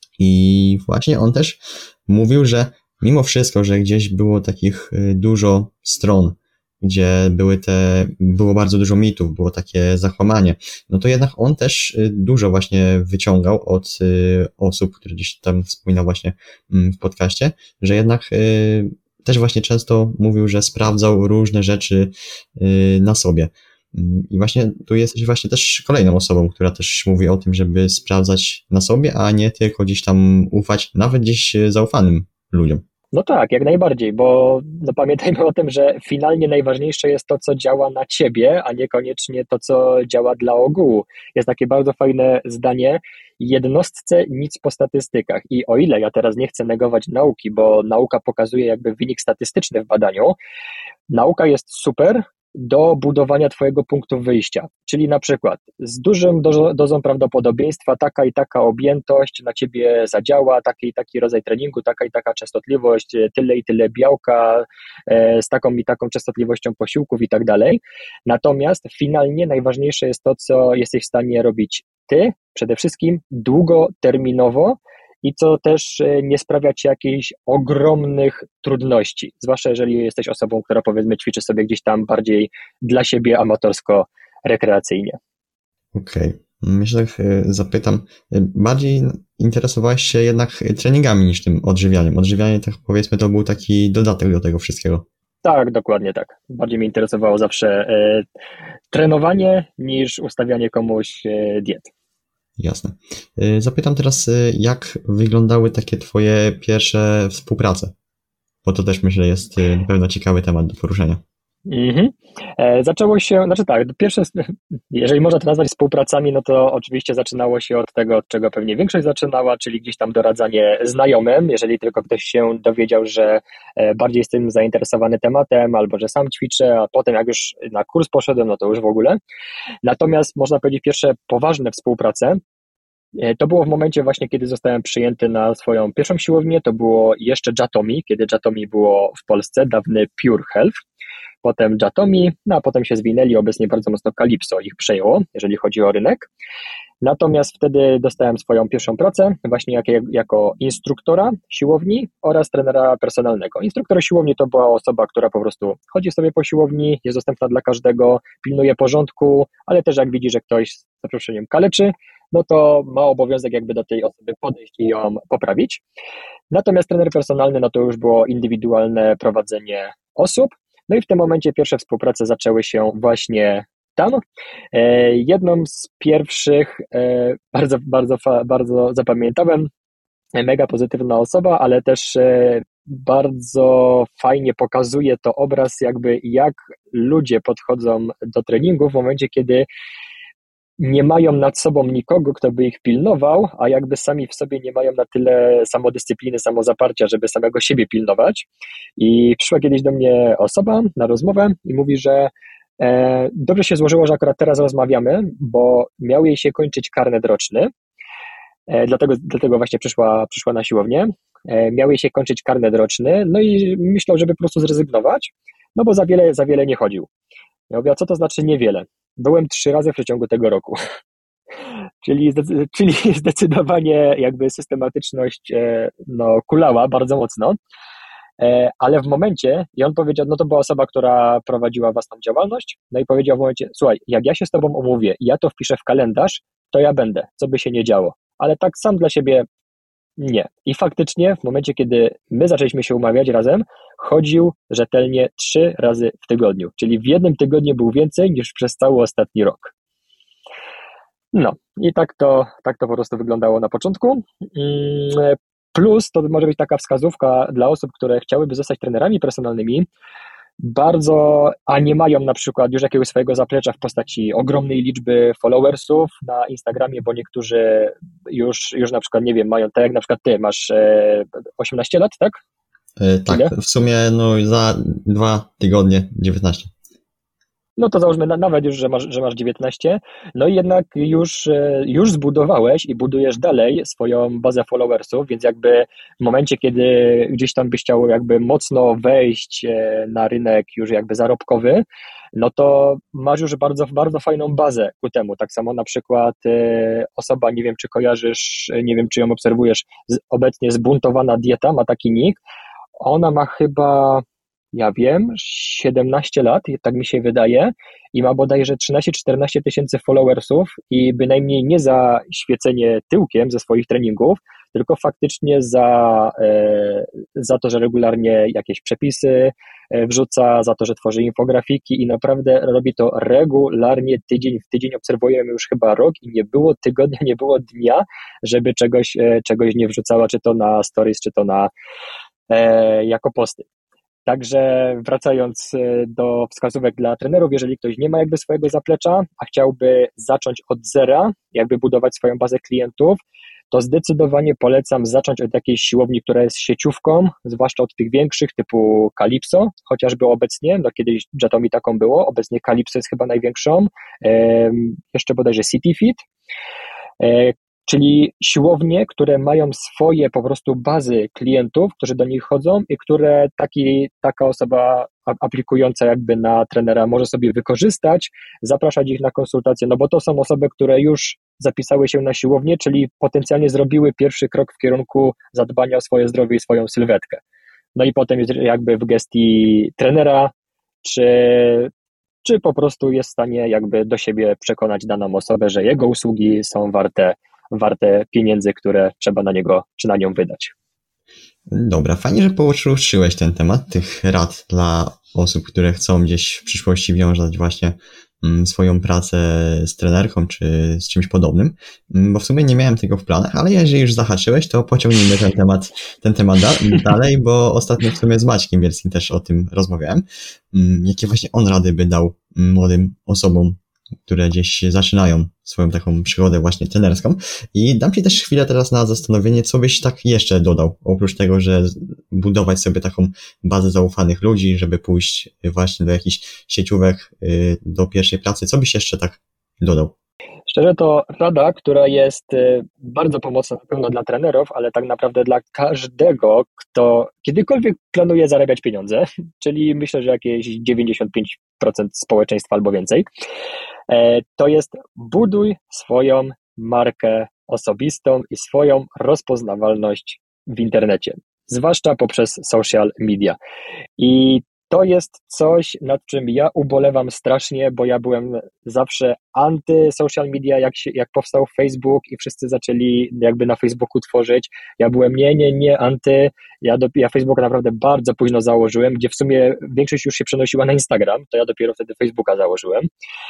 i właśnie on też mówił, że mimo wszystko, że gdzieś było takich dużo stron, gdzie było bardzo dużo mitów, było takie zakłamanie, no to jednak on też dużo właśnie wyciągał od osób, które gdzieś tam wspominał właśnie w podcaście, że jednak też właśnie często mówił, że sprawdzał różne rzeczy na sobie. I właśnie tu jesteś właśnie też kolejną osobą, która też mówi o tym, żeby sprawdzać na sobie, a nie tylko gdzieś tam ufać, nawet gdzieś zaufanym ludziom. No tak, jak najbardziej, bo no pamiętajmy o tym, że finalnie najważniejsze jest to, co działa na ciebie, a niekoniecznie to, co działa dla ogółu. Jest takie bardzo fajne zdanie: jednostce nic po statystykach. I o ile ja teraz nie chcę negować nauki, bo nauka pokazuje jakby wynik statystyczny w badaniu, nauka jest super do budowania twojego punktu wyjścia, czyli na przykład z dużą dozą prawdopodobieństwa taka i taka objętość na ciebie zadziała, taki i taki rodzaj treningu, taka i taka częstotliwość, tyle i tyle białka, z taką i taką częstotliwością posiłków i tak dalej. Natomiast finalnie najważniejsze jest to, co jesteś w stanie robić ty, przede wszystkim długoterminowo, i co też nie sprawia ci jakichś ogromnych trudności, zwłaszcza jeżeli jesteś osobą, która powiedzmy ćwiczy sobie gdzieś tam bardziej dla siebie amatorsko, rekreacyjnie. Okej. Myślę, że zapytam, bardziej interesowałeś się jednak treningami niż tym odżywianiem. Odżywianie, tak powiedzmy, to był taki dodatek do tego wszystkiego. Tak, dokładnie tak. Bardziej mnie interesowało zawsze trenowanie niż ustawianie komuś diet. Jasne. Zapytam teraz, jak wyglądały takie twoje pierwsze współprace? Bo to też myślę jest na pewno ciekawy temat do poruszenia. Zaczęło się, znaczy tak, pierwsze, jeżeli można to nazwać współpracami, no to oczywiście zaczynało się od tego, od czego pewnie większość zaczynała, czyli gdzieś tam doradzanie znajomym, jeżeli tylko ktoś się dowiedział, że bardziej jestem zainteresowany tematem, albo że sam ćwiczę, a potem jak już na kurs poszedłem, no to już w ogóle. Natomiast można powiedzieć, pierwsze poważne współprace to było w momencie właśnie, kiedy zostałem przyjęty na swoją pierwszą siłownię. To było jeszcze Jatomi, kiedy Jatomi było w Polsce, dawny Pure Health. Potem Jatomi, no a potem się zwinęli, obecnie bardzo mocno Calypso ich przejęło, jeżeli chodzi o rynek. Natomiast wtedy dostałem swoją pierwszą pracę właśnie jako instruktora siłowni oraz trenera personalnego. Instruktor siłowni to była osoba, która po prostu chodzi sobie po siłowni, jest dostępna dla każdego, pilnuje porządku, ale też jak widzi, że ktoś z zaproszeniem kaleczy, no to ma obowiązek jakby do tej osoby podejść i ją poprawić. Natomiast trener personalny, no to już było indywidualne prowadzenie osób. No i w tym momencie pierwsze współprace zaczęły się właśnie tam. Jedną z pierwszych, bardzo zapamiętałem, mega pozytywna osoba, ale też bardzo fajnie pokazuje to obraz jakby jak ludzie podchodzą do treningu w momencie, kiedy nie mają nad sobą nikogo, kto by ich pilnował, a jakby sami w sobie nie mają na tyle samodyscypliny, samozaparcia, żeby samego siebie pilnować. I przyszła kiedyś do mnie osoba na rozmowę i mówi, że dobrze się złożyło, że akurat teraz rozmawiamy, bo miał jej się kończyć karnet roczny, dlatego właśnie przyszła na siłownię. Miał jej się kończyć karnet roczny, no i myślał, żeby po prostu zrezygnować, no bo za wiele nie chodził. Ja mówię, a co to znaczy niewiele? Byłem 3 razy w przeciągu tego roku. Czyli zdecydowanie jakby systematyczność kulała bardzo mocno, ale w momencie, i on powiedział, no to była osoba, która prowadziła własną działalność, no i powiedział w momencie, słuchaj, jak ja się z tobą umówię i ja to wpiszę w kalendarz, to ja będę, co by się nie działo, ale tak sam dla siebie nie. I faktycznie w momencie, kiedy my zaczęliśmy się umawiać razem, chodził rzetelnie 3 razy w tygodniu, czyli w jednym tygodniu był więcej niż przez cały ostatni rok. No i tak to po prostu wyglądało na początku. Plus to może być taka wskazówka dla osób, które chciałyby zostać trenerami personalnymi, a nie mają na przykład już jakiegoś swojego zaplecza w postaci ogromnej liczby followersów na Instagramie, bo niektórzy już na przykład, nie wiem, mają, tak jak na przykład ty masz 18 lat, tak? Tak, Ile? w sumie za 2 tygodnie 19. No to załóżmy nawet już, że masz 19, no i jednak już zbudowałeś i budujesz dalej swoją bazę followersów, więc jakby w momencie, kiedy gdzieś tam byś chciał jakby mocno wejść na rynek już jakby zarobkowy, no to masz już bardzo, bardzo fajną bazę ku temu. Tak samo na przykład osoba, nie wiem czy kojarzysz, nie wiem czy ją obserwujesz, obecnie Zbuntowana Dieta ma taki nick, ona ma chyba, ja wiem, 17 lat, tak mi się wydaje, i ma bodajże 13-14 tysięcy followersów i bynajmniej nie za świecenie tyłkiem ze swoich treningów, tylko faktycznie za to, że regularnie jakieś przepisy wrzuca, za to, że tworzy infografiki i naprawdę robi to regularnie, tydzień w tydzień. Obserwujemy już chyba rok i nie było tygodnia, nie było dnia, żeby czegoś nie wrzucała, czy to na stories, czy to jako posty. Także wracając do wskazówek dla trenerów, jeżeli ktoś nie ma jakby swojego zaplecza, a chciałby zacząć od zera, jakby budować swoją bazę klientów, to zdecydowanie polecam zacząć od jakiejś siłowni, która jest sieciówką, zwłaszcza od tych większych typu Calypso, chociażby obecnie, no kiedyś Jatomi taką było, obecnie Calypso jest chyba największą, jeszcze bodajże CityFit, czyli siłownie, które mają swoje po prostu bazy klientów, którzy do nich chodzą i które taka osoba aplikująca jakby na trenera może sobie wykorzystać, zapraszać ich na konsultacje, no bo to są osoby, które już zapisały się na siłownię, czyli potencjalnie zrobiły pierwszy krok w kierunku zadbania o swoje zdrowie i swoją sylwetkę. No i potem jest jakby w gestii trenera, czy po prostu jest w stanie jakby do siebie przekonać daną osobę, że jego usługi są warte pieniędzy, które trzeba na niego czy na nią wydać. Dobra, fajnie, że poruszyłeś ten temat, tych rad dla osób, które chcą gdzieś w przyszłości wiązać właśnie swoją pracę z trenerką czy z czymś podobnym, bo w sumie nie miałem tego w planach, ale jeżeli już zahaczyłeś, to pociągnijmy ten temat dalej, bo ostatnio w sumie z Maćkiem Bielskim też o tym rozmawiałem. Jakie właśnie on rady by dał młodym osobom, które gdzieś zaczynają swoją taką przygodę właśnie trenerską. I dam Ci też chwilę teraz na zastanowienie, co byś tak jeszcze dodał, oprócz tego, że budować sobie taką bazę zaufanych ludzi, żeby pójść właśnie do jakichś sieciówek, do pierwszej pracy. Co byś jeszcze tak dodał? Szczerze to rada, która jest bardzo pomocna na pewno dla trenerów, ale tak naprawdę dla każdego, kto kiedykolwiek planuje zarabiać pieniądze, czyli myślę, że jakieś 95% społeczeństwa albo więcej, to jest buduj swoją markę osobistą i swoją rozpoznawalność w internecie, zwłaszcza poprzez social media. I to jest coś, nad czym ja ubolewam strasznie, bo ja byłem zawsze anty-social media, jak powstał Facebook i wszyscy zaczęli jakby na Facebooku tworzyć. Ja byłem nie anty. Ja Facebook naprawdę bardzo późno założyłem, gdzie w sumie większość już się przenosiła na Instagram, to ja dopiero wtedy Facebooka założyłem.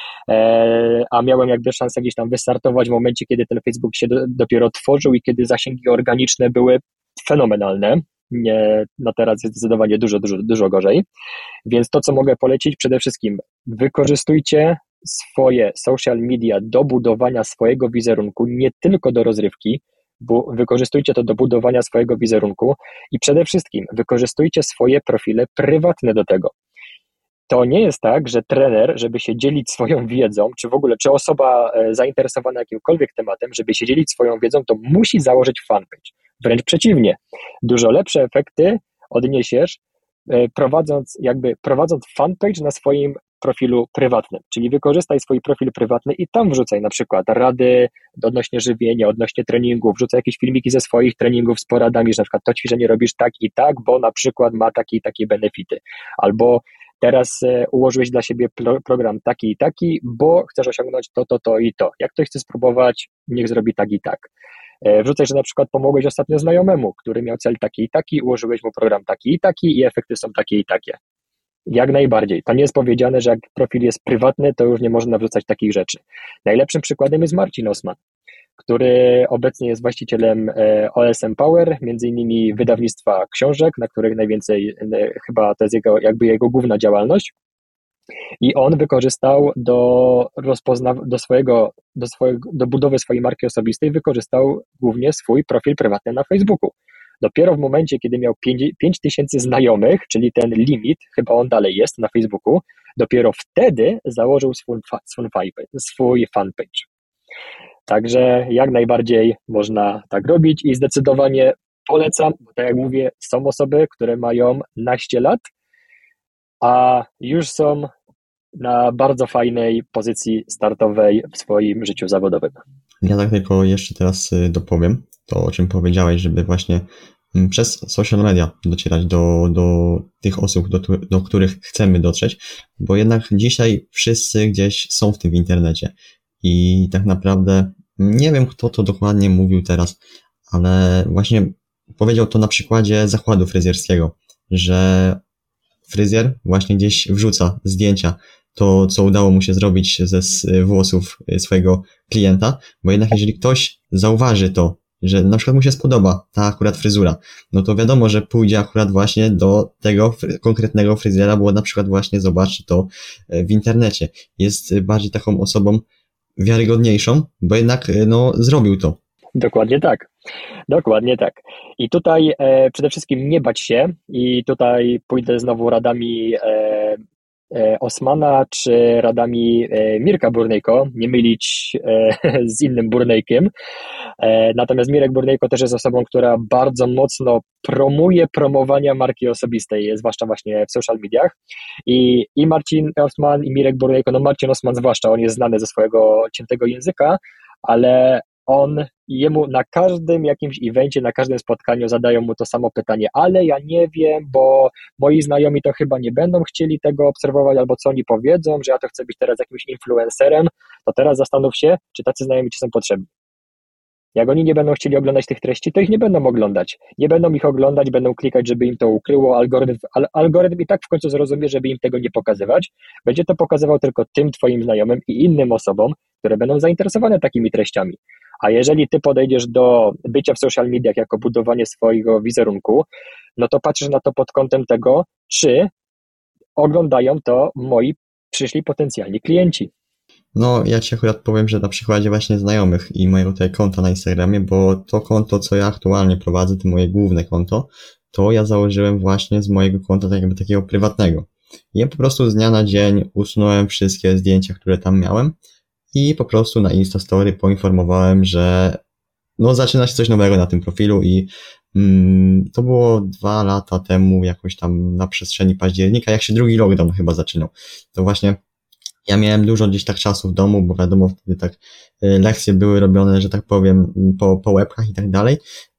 A miałem jakby szansę gdzieś tam wystartować w momencie, kiedy ten Facebook się dopiero tworzył i kiedy zasięgi organiczne były fenomenalne. Nie, no teraz jest zdecydowanie dużo gorzej. Więc to, co mogę polecić, przede wszystkim wykorzystujcie swoje social media do budowania swojego wizerunku, nie tylko do rozrywki, bo wykorzystujcie to do budowania swojego wizerunku i przede wszystkim wykorzystujcie swoje profile prywatne do tego. To nie jest tak, że trener, żeby się dzielić swoją wiedzą, czy w ogóle, czy osoba zainteresowana jakimkolwiek tematem, żeby się dzielić swoją wiedzą, to musi założyć fanpage. Wręcz przeciwnie. Dużo lepsze efekty odniesiesz prowadząc fanpage na swoim profilu prywatnym, czyli wykorzystaj swój profil prywatny i tam wrzucaj na przykład rady odnośnie żywienia, odnośnie treningów, wrzucaj jakieś filmiki ze swoich treningów z poradami, że na przykład to ćwiczenie robisz tak i tak, bo na przykład ma takie i takie benefity, albo teraz ułożyłeś dla siebie program taki i taki, bo chcesz osiągnąć to i to. Jak ktoś chce spróbować, niech zrobi tak i tak. Wrzucaj, że na przykład pomogłeś ostatnio znajomemu, który miał cel taki i taki, ułożyłeś mu program taki i taki i efekty są takie i takie. Jak najbardziej. To nie jest powiedziane, że jak profil jest prywatny, to już nie można wrzucać takich rzeczy. Najlepszym przykładem jest Marcin Osman, który obecnie jest właścicielem OSM Power, między innymi wydawnictwa książek, na których najwięcej, chyba to jest jego główna działalność. I on wykorzystał do budowy swojej marki osobistej, wykorzystał głównie swój profil prywatny na Facebooku. Dopiero w momencie, kiedy miał 5000 znajomych, czyli ten limit, chyba on dalej jest na Facebooku, dopiero wtedy założył swój fanpage. Także jak najbardziej można tak robić i zdecydowanie polecam, bo tak jak mówię, są osoby, które mają naście lat, a już są na bardzo fajnej pozycji startowej w swoim życiu zawodowym. Ja tak tylko jeszcze teraz dopowiem to, o czym powiedziałeś, żeby właśnie przez social media docierać do tych osób, do których chcemy dotrzeć, bo jednak dzisiaj wszyscy gdzieś są w tym internecie i tak naprawdę nie wiem, kto to dokładnie mówił teraz, ale właśnie powiedział to na przykładzie zakładu fryzjerskiego, że fryzjer właśnie gdzieś wrzuca zdjęcia, to co udało mu się zrobić ze włosów swojego klienta, bo jednak jeżeli ktoś zauważy to, że na przykład mu się spodoba ta akurat fryzura, no to wiadomo, że pójdzie akurat właśnie do tego konkretnego fryzjera, bo na przykład właśnie zobaczy to w internecie. Jest bardziej taką osobą wiarygodniejszą, bo jednak no zrobił to. Dokładnie tak. Dokładnie tak. I tutaj przede wszystkim nie bać się i tutaj pójdę znowu radami Osmana czy radami Mirka Burnejko, nie mylić z innym Burnejkiem. Natomiast Mirek Burnejko też jest osobą, która bardzo mocno promuje promowania marki osobistej, zwłaszcza właśnie w social mediach. I Marcin Osman i Mirek Burnejko, no Marcin Osman zwłaszcza, on jest znany ze swojego ciętego języka, ale jemu na każdym jakimś evencie, na każdym spotkaniu zadają mu to samo pytanie, ale ja nie wiem, bo moi znajomi to chyba nie będą chcieli tego obserwować, albo co oni powiedzą, że ja to chcę być teraz jakimś influencerem, to teraz zastanów się, czy tacy znajomi ci są potrzebni. Jak oni nie będą chcieli oglądać tych treści, to ich nie będą oglądać. Nie będą ich oglądać, będą klikać, żeby im to ukryło. Algorytm i tak w końcu zrozumie, żeby im tego nie pokazywać. Będzie to pokazywał tylko tym twoim znajomym i innym osobom, które będą zainteresowane takimi treściami. A jeżeli ty podejdziesz do bycia w social mediach jako budowanie swojego wizerunku, no to patrzysz na to pod kątem tego, czy oglądają to moi przyszli potencjalni klienci. No, ja ci akurat powiem, że na przykładzie właśnie znajomych i mojego tutaj konta na Instagramie, bo to konto, co ja aktualnie prowadzę, to moje główne konto, to ja założyłem właśnie z mojego konta tak jakby takiego prywatnego. I ja po prostu z dnia na dzień usunąłem wszystkie zdjęcia, które tam miałem i po prostu na Instastory poinformowałem, że no zaczyna się coś nowego na tym profilu i to było 2 lata temu, jakoś tam na przestrzeni października, jak się drugi lockdown chyba zaczynał. To właśnie ja miałem dużo gdzieś tak czasu w domu, bo wiadomo, wtedy tak lekcje były robione, że tak powiem, po łebkach i tak dalej.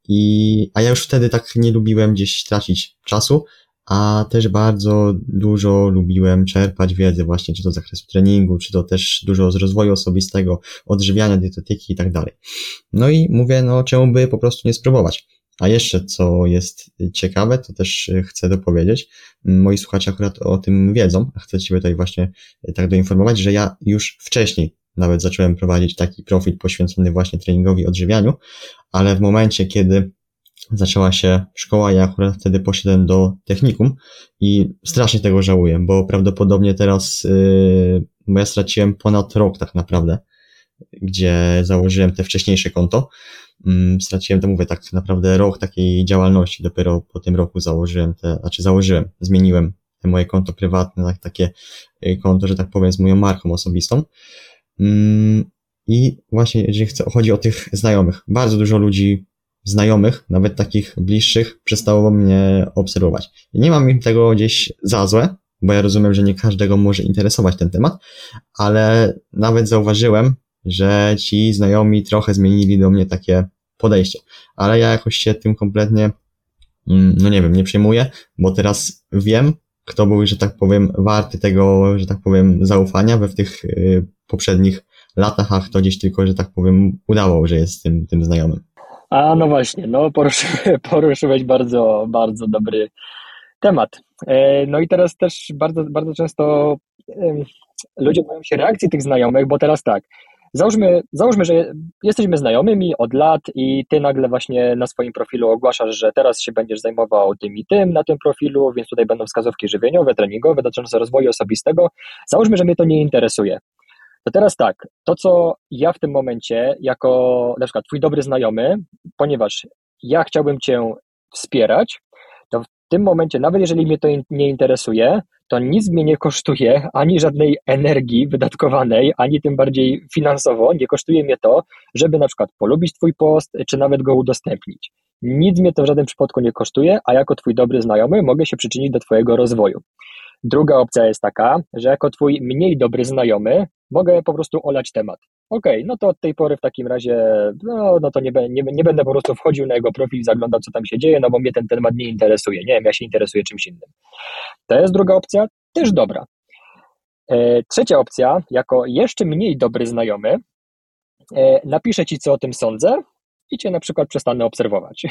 A ja już wtedy tak nie lubiłem gdzieś tracić czasu, a też bardzo dużo lubiłem czerpać wiedzę właśnie, czy to z zakresu treningu, czy to też dużo z rozwoju osobistego, odżywiania, dietetyki i tak dalej. No i mówię, no czemu by po prostu nie spróbować? A jeszcze, co jest ciekawe, to też chcę dopowiedzieć, moi słuchacze akurat o tym wiedzą, a chcę Ciebie tutaj właśnie tak doinformować, że ja już wcześniej nawet zacząłem prowadzić taki profil poświęcony właśnie treningowi, odżywianiu, ale w momencie, kiedy zaczęła się szkoła, ja akurat wtedy poszedłem do technikum i strasznie tego żałuję, bo prawdopodobnie teraz bo ja straciłem ponad rok tak naprawdę, gdzie założyłem te wcześniejsze konto. Straciłem, to mówię, tak naprawdę rok takiej działalności. Dopiero po tym roku zmieniłem te moje konto prywatne na takie konto, że tak powiem, z moją marką osobistą. I właśnie, jeżeli chodzi o tych znajomych, bardzo dużo ludzi znajomych, nawet takich bliższych, przestało mnie obserwować. Nie mam im tego gdzieś za złe, bo ja rozumiem, że nie każdego może interesować ten temat, ale nawet zauważyłem, że ci znajomi trochę zmienili do mnie takie podejście, ale ja jakoś się tym kompletnie, no nie wiem, nie przejmuję, bo teraz wiem, kto był, że tak powiem, warty tego, że tak powiem, zaufania we w tych poprzednich latach, a kto gdzieś tylko, że tak powiem, udawał, że jest tym znajomym. A no właśnie, no poruszyłeś bardzo, bardzo dobry temat. No i teraz też bardzo, bardzo często ludzie boją się reakcji tych znajomych, bo teraz tak, Załóżmy, że jesteśmy znajomymi od lat i ty nagle właśnie na swoim profilu ogłaszasz, że teraz się będziesz zajmował tym i tym na tym profilu, więc tutaj będą wskazówki żywieniowe, treningowe dotyczące rozwoju osobistego. Załóżmy, że mnie to nie interesuje. To teraz tak, to co ja w tym momencie, jako na przykład twój dobry znajomy, ponieważ ja chciałbym cię wspierać, to w tym momencie, nawet jeżeli mnie to nie interesuje, to nic mnie nie kosztuje, ani żadnej energii wydatkowanej, ani tym bardziej finansowo, nie kosztuje mnie to, żeby na przykład polubić twój post, czy nawet go udostępnić. Nic mnie to w żadnym przypadku nie kosztuje, a jako twój dobry znajomy mogę się przyczynić do twojego rozwoju. Druga opcja jest taka, że jako twój mniej dobry znajomy mogę po prostu olać temat. Okej, no to od tej pory w takim razie, no to nie będę po prostu wchodził na jego profil i zaglądał, co tam się dzieje, no bo mnie ten temat nie interesuje. Nie wiem, ja się interesuję czymś innym. To jest druga opcja, też dobra. Trzecia opcja, jako jeszcze mniej dobry znajomy, napiszę ci, co o tym sądzę i cię na przykład przestanę obserwować.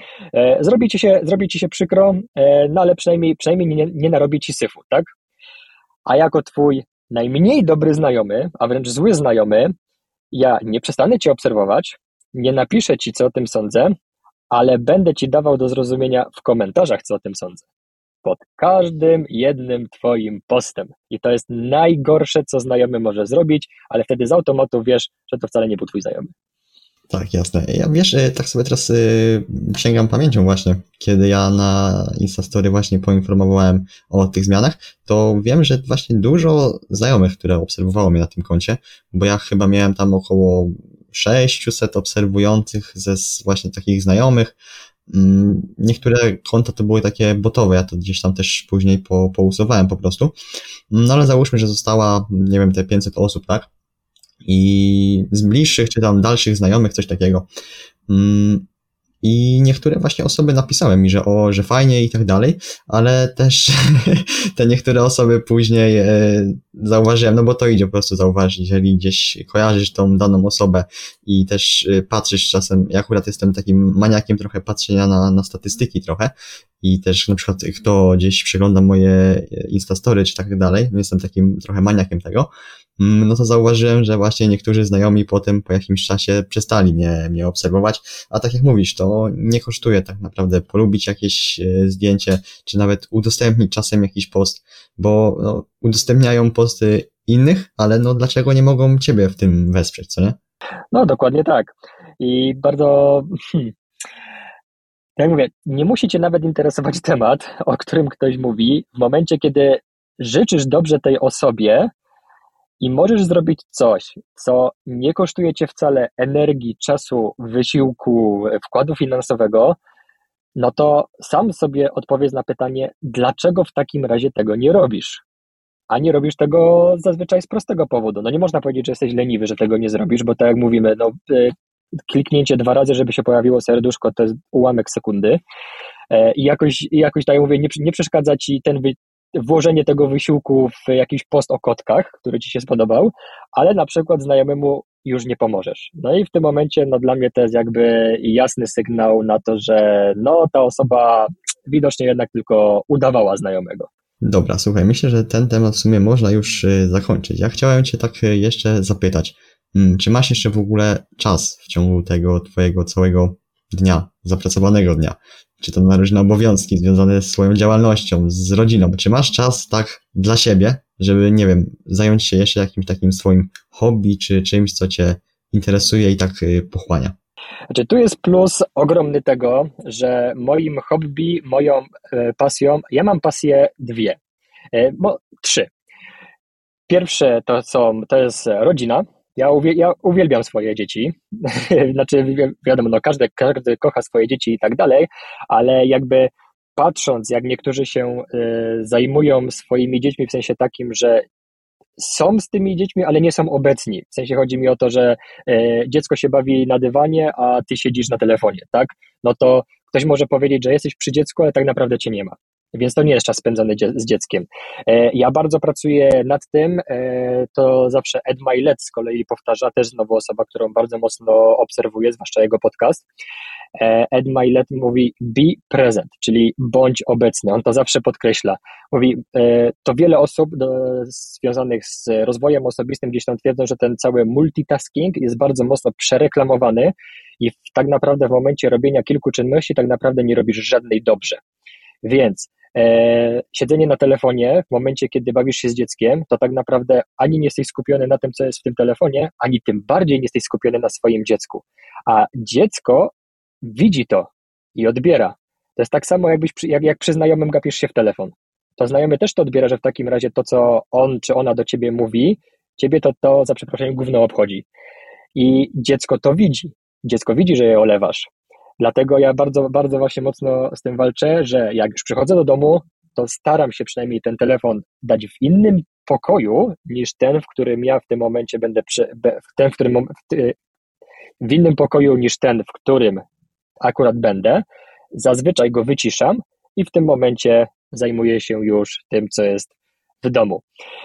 Zrobi ci się przykro, no ale przynajmniej nie narobi ci syfu, tak? A jako twój najmniej dobry znajomy, a wręcz zły znajomy, ja nie przestanę cię obserwować, nie napiszę ci, co o tym sądzę, ale będę ci dawał do zrozumienia w komentarzach, co o tym sądzę. Pod każdym jednym twoim postem. I to jest najgorsze, co znajomy może zrobić, ale wtedy z automatu wiesz, że to wcale nie był twój znajomy. Tak, jasne. Ja wiesz, tak sobie teraz sięgam pamięcią właśnie, kiedy ja na Instastory właśnie poinformowałem o tych zmianach, to wiem, że właśnie dużo znajomych, które obserwowało mnie na tym koncie, bo ja chyba miałem tam około 600 obserwujących ze właśnie takich znajomych. Niektóre konta to były takie botowe, ja to gdzieś tam też później pousuwałem po prostu. No ale załóżmy, że została, nie wiem, te 500 osób, tak? I z bliższych, czy tam dalszych znajomych, coś takiego. I niektóre właśnie osoby napisały mi, że fajnie i tak dalej, ale też te niektóre osoby później zauważyłem, no bo to idzie po prostu zauważyć, jeżeli gdzieś kojarzysz tą daną osobę i też patrzysz czasem, ja akurat jestem takim maniakiem trochę patrzenia na statystyki trochę i też na przykład kto gdzieś przegląda moje Instastory czy tak dalej, jestem takim trochę maniakiem tego, no to zauważyłem, że właśnie niektórzy znajomi potem po jakimś czasie przestali mnie obserwować, a tak jak mówisz, to nie kosztuje tak naprawdę polubić jakieś zdjęcie, czy nawet udostępnić czasem jakiś post, bo no, udostępniają posty innych, ale no dlaczego nie mogą ciebie w tym wesprzeć, co nie? No dokładnie tak. I bardzo, jak mówię, nie musi cię nawet interesować temat, o którym ktoś mówi, w momencie, kiedy życzysz dobrze tej osobie, i możesz zrobić coś, co nie kosztuje cię wcale energii, czasu, wysiłku, wkładu finansowego, no to sam sobie odpowiedz na pytanie, dlaczego w takim razie tego nie robisz? A nie robisz tego zazwyczaj z prostego powodu. No nie można powiedzieć, że jesteś leniwy, że tego nie zrobisz, bo tak jak mówimy, no kliknięcie 2 razy, żeby się pojawiło serduszko, to jest ułamek sekundy. I jakoś tak jak mówię, nie przeszkadza ci włożenie tego wysiłku w jakiś post o kotkach, który ci się spodobał, ale na przykład znajomemu już nie pomożesz. No i w tym momencie, no dla mnie to jest jakby jasny sygnał na to, że no ta osoba widocznie jednak tylko udawała znajomego. Dobra, słuchaj, myślę, że ten temat w sumie można już zakończyć. Ja chciałem cię tak jeszcze zapytać, czy masz jeszcze w ogóle czas w ciągu tego twojego całego dnia, zapracowanego dnia? Czy to na różne obowiązki związane z swoją działalnością, z rodziną? Czy masz czas tak dla siebie, żeby, nie wiem, zająć się jeszcze jakimś takim swoim hobby, czy czymś, co cię interesuje i tak pochłania? Znaczy, tu jest plus ogromny tego, że moim hobby, moją pasją, ja mam pasje 2, 3. Pierwsze to jest rodzina. Ja uwielbiam swoje dzieci, znaczy wiadomo, no każdy kocha swoje dzieci i tak dalej, ale jakby patrząc, jak niektórzy się zajmują swoimi dziećmi w sensie takim, że są z tymi dziećmi, ale nie są obecni. W sensie chodzi mi o to, że dziecko się bawi na dywanie, a ty siedzisz na telefonie, tak? No to ktoś może powiedzieć, że jesteś przy dziecku, ale tak naprawdę cię nie ma. Więc to nie jest czas spędzony z dzieckiem. Ja bardzo pracuję nad tym, to zawsze Ed Mylett z kolei powtarza, też znowu osoba, którą bardzo mocno obserwuję, zwłaszcza jego podcast. Ed Mylett mówi be present, czyli bądź obecny. On to zawsze podkreśla. Mówi, to wiele osób związanych z rozwojem osobistym gdzieś tam twierdzą, że ten cały multitasking jest bardzo mocno przereklamowany i tak naprawdę w momencie robienia kilku czynności tak naprawdę nie robisz żadnej dobrze. Więc siedzenie na telefonie w momencie, kiedy bawisz się z dzieckiem, to tak naprawdę ani nie jesteś skupiony na tym, co jest w tym telefonie, ani tym bardziej nie jesteś skupiony na swoim dziecku. A dziecko widzi to i odbiera. To jest tak samo, jak przy znajomym gapisz się w telefon. To znajomy też to odbiera, że w takim razie to, co on czy ona do ciebie mówi, ciebie to za przeproszeniem gówno obchodzi. I dziecko to widzi. Dziecko widzi, że je olewasz. Dlatego ja bardzo, bardzo właśnie mocno z tym walczę, że jak już przychodzę do domu, to staram się przynajmniej ten telefon dać w innym pokoju niż ten, w którym ja w tym momencie będę, w innym pokoju niż ten, w którym akurat będę. Zazwyczaj go wyciszam i w tym momencie zajmuję się już tym, co jest w domu.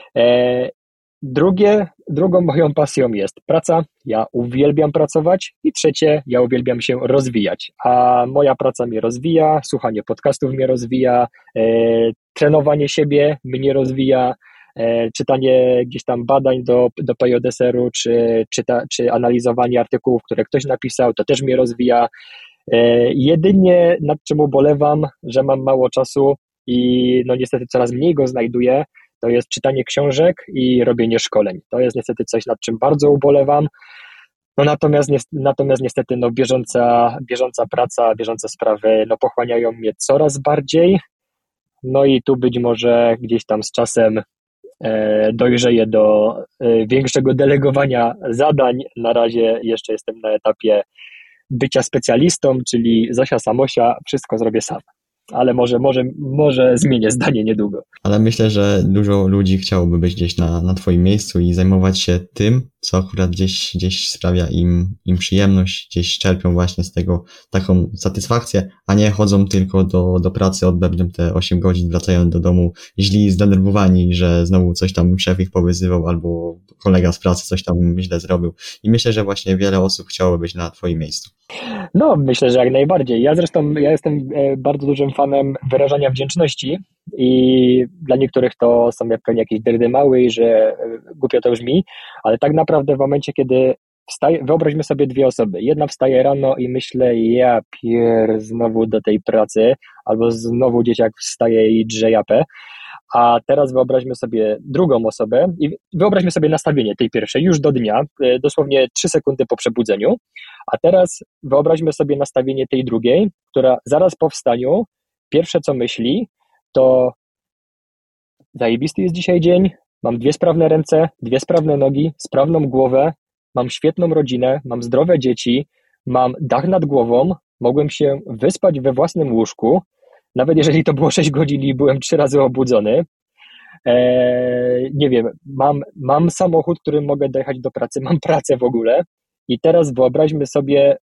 Drugą moją pasją jest praca. Ja uwielbiam pracować. I trzecie, ja uwielbiam się rozwijać. A moja praca mnie rozwija, słuchanie podcastów mnie rozwija, trenowanie siebie mnie rozwija, czytanie gdzieś tam badań do PJSR-u, czy analizowanie artykułów, które ktoś napisał, to też mnie rozwija. Jedynie nad czym ubolewam, że mam mało czasu i no niestety coraz mniej go znajduję, to jest czytanie książek i robienie szkoleń. To jest niestety coś, nad czym bardzo ubolewam. No natomiast niestety no bieżąca praca, bieżące sprawy no pochłaniają mnie coraz bardziej. No i tu być może gdzieś tam z czasem dojrzeję do większego delegowania zadań. Na razie jeszcze jestem na etapie bycia specjalistą, czyli Zosia Samosia, wszystko zrobię sam. Ale może zmienię zdanie niedługo. Ale myślę, że dużo ludzi chciałoby być gdzieś na twoim miejscu i zajmować się tym, co akurat gdzieś sprawia im przyjemność, gdzieś czerpią właśnie z tego taką satysfakcję, a nie chodzą tylko do pracy, odbędą te 8 godzin, wracają do domu źli, zdenerwowani, że znowu coś tam szef ich powyzywał albo kolega z pracy coś tam źle zrobił. I myślę, że właśnie wiele osób chciałoby być na twoim miejscu. No, myślę, że jak najbardziej. Ja jestem bardzo dużym fanem wyrażania wdzięczności i dla niektórych to są pewnie jakieś dyrdymały i że głupio to brzmi, ale tak naprawdę w momencie, kiedy wyobraźmy sobie dwie osoby. Jedna wstaje rano i myślę, znowu do tej pracy, albo znowu dzieciak wstaje i drze japę. A teraz wyobraźmy sobie drugą osobę i wyobraźmy sobie nastawienie tej pierwszej już do dnia, dosłownie 3 sekundy po przebudzeniu, a teraz wyobraźmy sobie nastawienie tej drugiej, która zaraz po wstaniu pierwsze co myśli to zajebisty jest dzisiaj dzień, mam 2 sprawne ręce, 2 sprawne nogi, sprawną głowę, mam świetną rodzinę, mam zdrowe dzieci, mam dach nad głową, mogłem się wyspać we własnym łóżku, nawet jeżeli to było 6 godzin i byłem 3 razy obudzony. Nie wiem, mam samochód, którym mogę dojechać do pracy, mam pracę w ogóle i teraz wyobraźmy sobie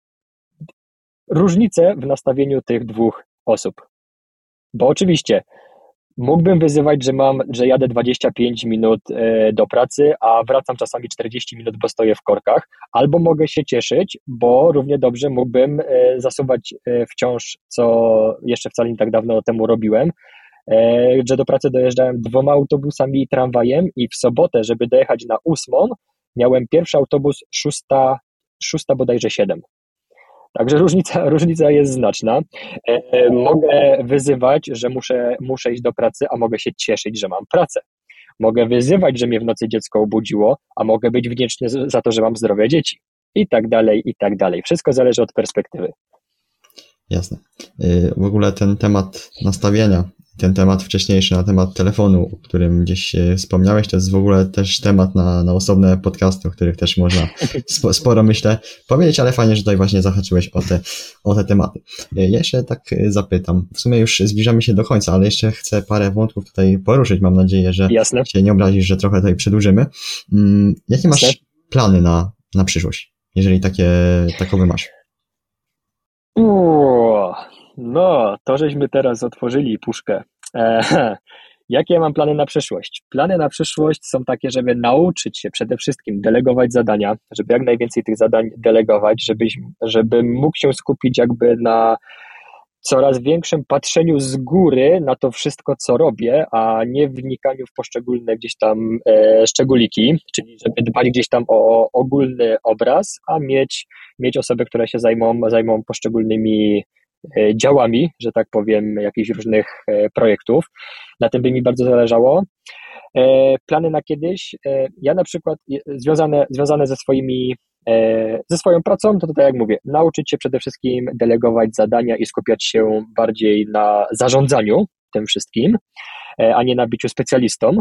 różnicę w nastawieniu tych 2 osób. Bo oczywiście mógłbym wyzywać, że jadę 25 minut do pracy, a wracam czasami 40 minut, bo stoję w korkach, albo mogę się cieszyć, bo równie dobrze mógłbym zasuwać wciąż, co jeszcze wcale nie tak dawno temu robiłem, że do pracy dojeżdżałem 2 autobusami i tramwajem i w sobotę, żeby dojechać na 8, miałem pierwszy autobus 6 bodajże 7. Także różnica jest znaczna. Mogę wyzywać, że muszę iść do pracy, a mogę się cieszyć, że mam pracę. Mogę wyzywać, że mnie w nocy dziecko obudziło, a mogę być wdzięczny za to, że mam zdrowe dzieci. I tak dalej, i tak dalej. Wszystko zależy od perspektywy. Jasne. W ogóle ten temat nastawienia, ten temat wcześniejszy na temat telefonu, o którym gdzieś wspomniałeś, to jest w ogóle też temat na osobne podcasty, o których też można sporo, myślę, powiedzieć, ale fajnie, że tutaj właśnie zahaczyłeś o te tematy. Ja jeszcze tak zapytam, w sumie już zbliżamy się do końca, ale jeszcze chcę parę wątków tutaj poruszyć, mam nadzieję, że Jasne. się nie obrazisz, że trochę tutaj przedłużymy. Jakie masz plany na przyszłość, jeżeli takowe masz? No, to żeśmy teraz otworzyli puszkę. Jakie ja mam plany na przyszłość? Plany na przyszłość są takie, żeby nauczyć się przede wszystkim delegować zadania, żeby jak najwięcej tych zadań delegować, żebym mógł się skupić jakby na coraz większym patrzeniu z góry na to wszystko, co robię, a nie wnikaniu w poszczególne gdzieś tam szczególiki, czyli żeby dbać gdzieś tam o ogólny obraz, a mieć osoby, które się zajmą poszczególnymi działami, że tak powiem, jakichś różnych projektów. Na tym by mi bardzo zależało. Plany na kiedyś, ja na przykład związane ze swoją pracą, to tak jak mówię, nauczyć się przede wszystkim delegować zadania i skupiać się bardziej na zarządzaniu tym wszystkim, a nie na byciu specjalistą,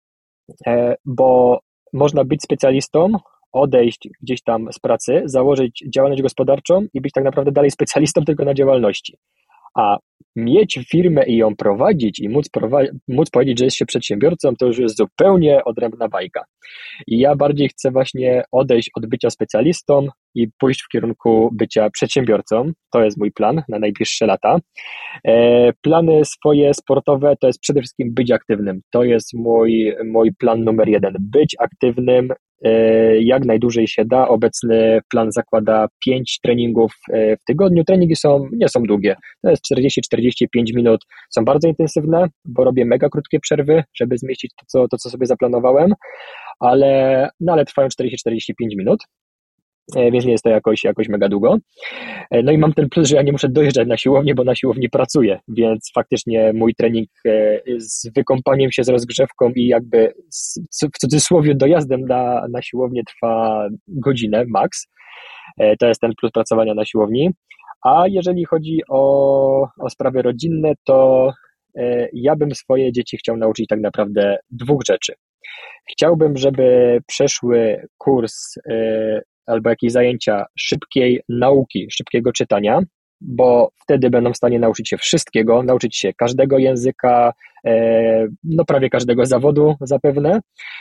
bo można być specjalistą, odejść gdzieś tam z pracy, założyć działalność gospodarczą i być tak naprawdę dalej specjalistą tylko na działalności. A mieć firmę i ją prowadzić i móc powiedzieć, że jest się przedsiębiorcą, to już jest zupełnie odrębna bajka. I ja bardziej chcę właśnie odejść od bycia specjalistą i pójść w kierunku bycia przedsiębiorcą. To jest mój plan na najbliższe lata. Plany swoje sportowe to jest przede wszystkim być aktywnym. To jest mój plan numer 1. Być aktywnym jak najdłużej się da. Obecny plan zakłada 5 treningów w tygodniu. Treningi nie są długie. To jest 40-45 minut. Są bardzo intensywne, bo robię mega krótkie przerwy, żeby zmieścić to, co sobie zaplanowałem, ale trwają 40-45 minut. Więc nie jest to jakoś mega długo. No i mam ten plus, że ja nie muszę dojeżdżać na siłownię, bo na siłowni pracuję, więc faktycznie mój trening z wykąpaniem się, z rozgrzewką i jakby w cudzysłowie dojazdem na siłownię trwa godzinę max. To jest ten plus pracowania na siłowni. A jeżeli chodzi o sprawy rodzinne, to ja bym swoje dzieci chciał nauczyć tak naprawdę 2 rzeczy. Chciałbym, żeby przeszły kurs albo jakieś zajęcia szybkiej nauki, szybkiego czytania, bo wtedy będą w stanie nauczyć się wszystkiego, nauczyć się każdego języka, prawie każdego zawodu zapewne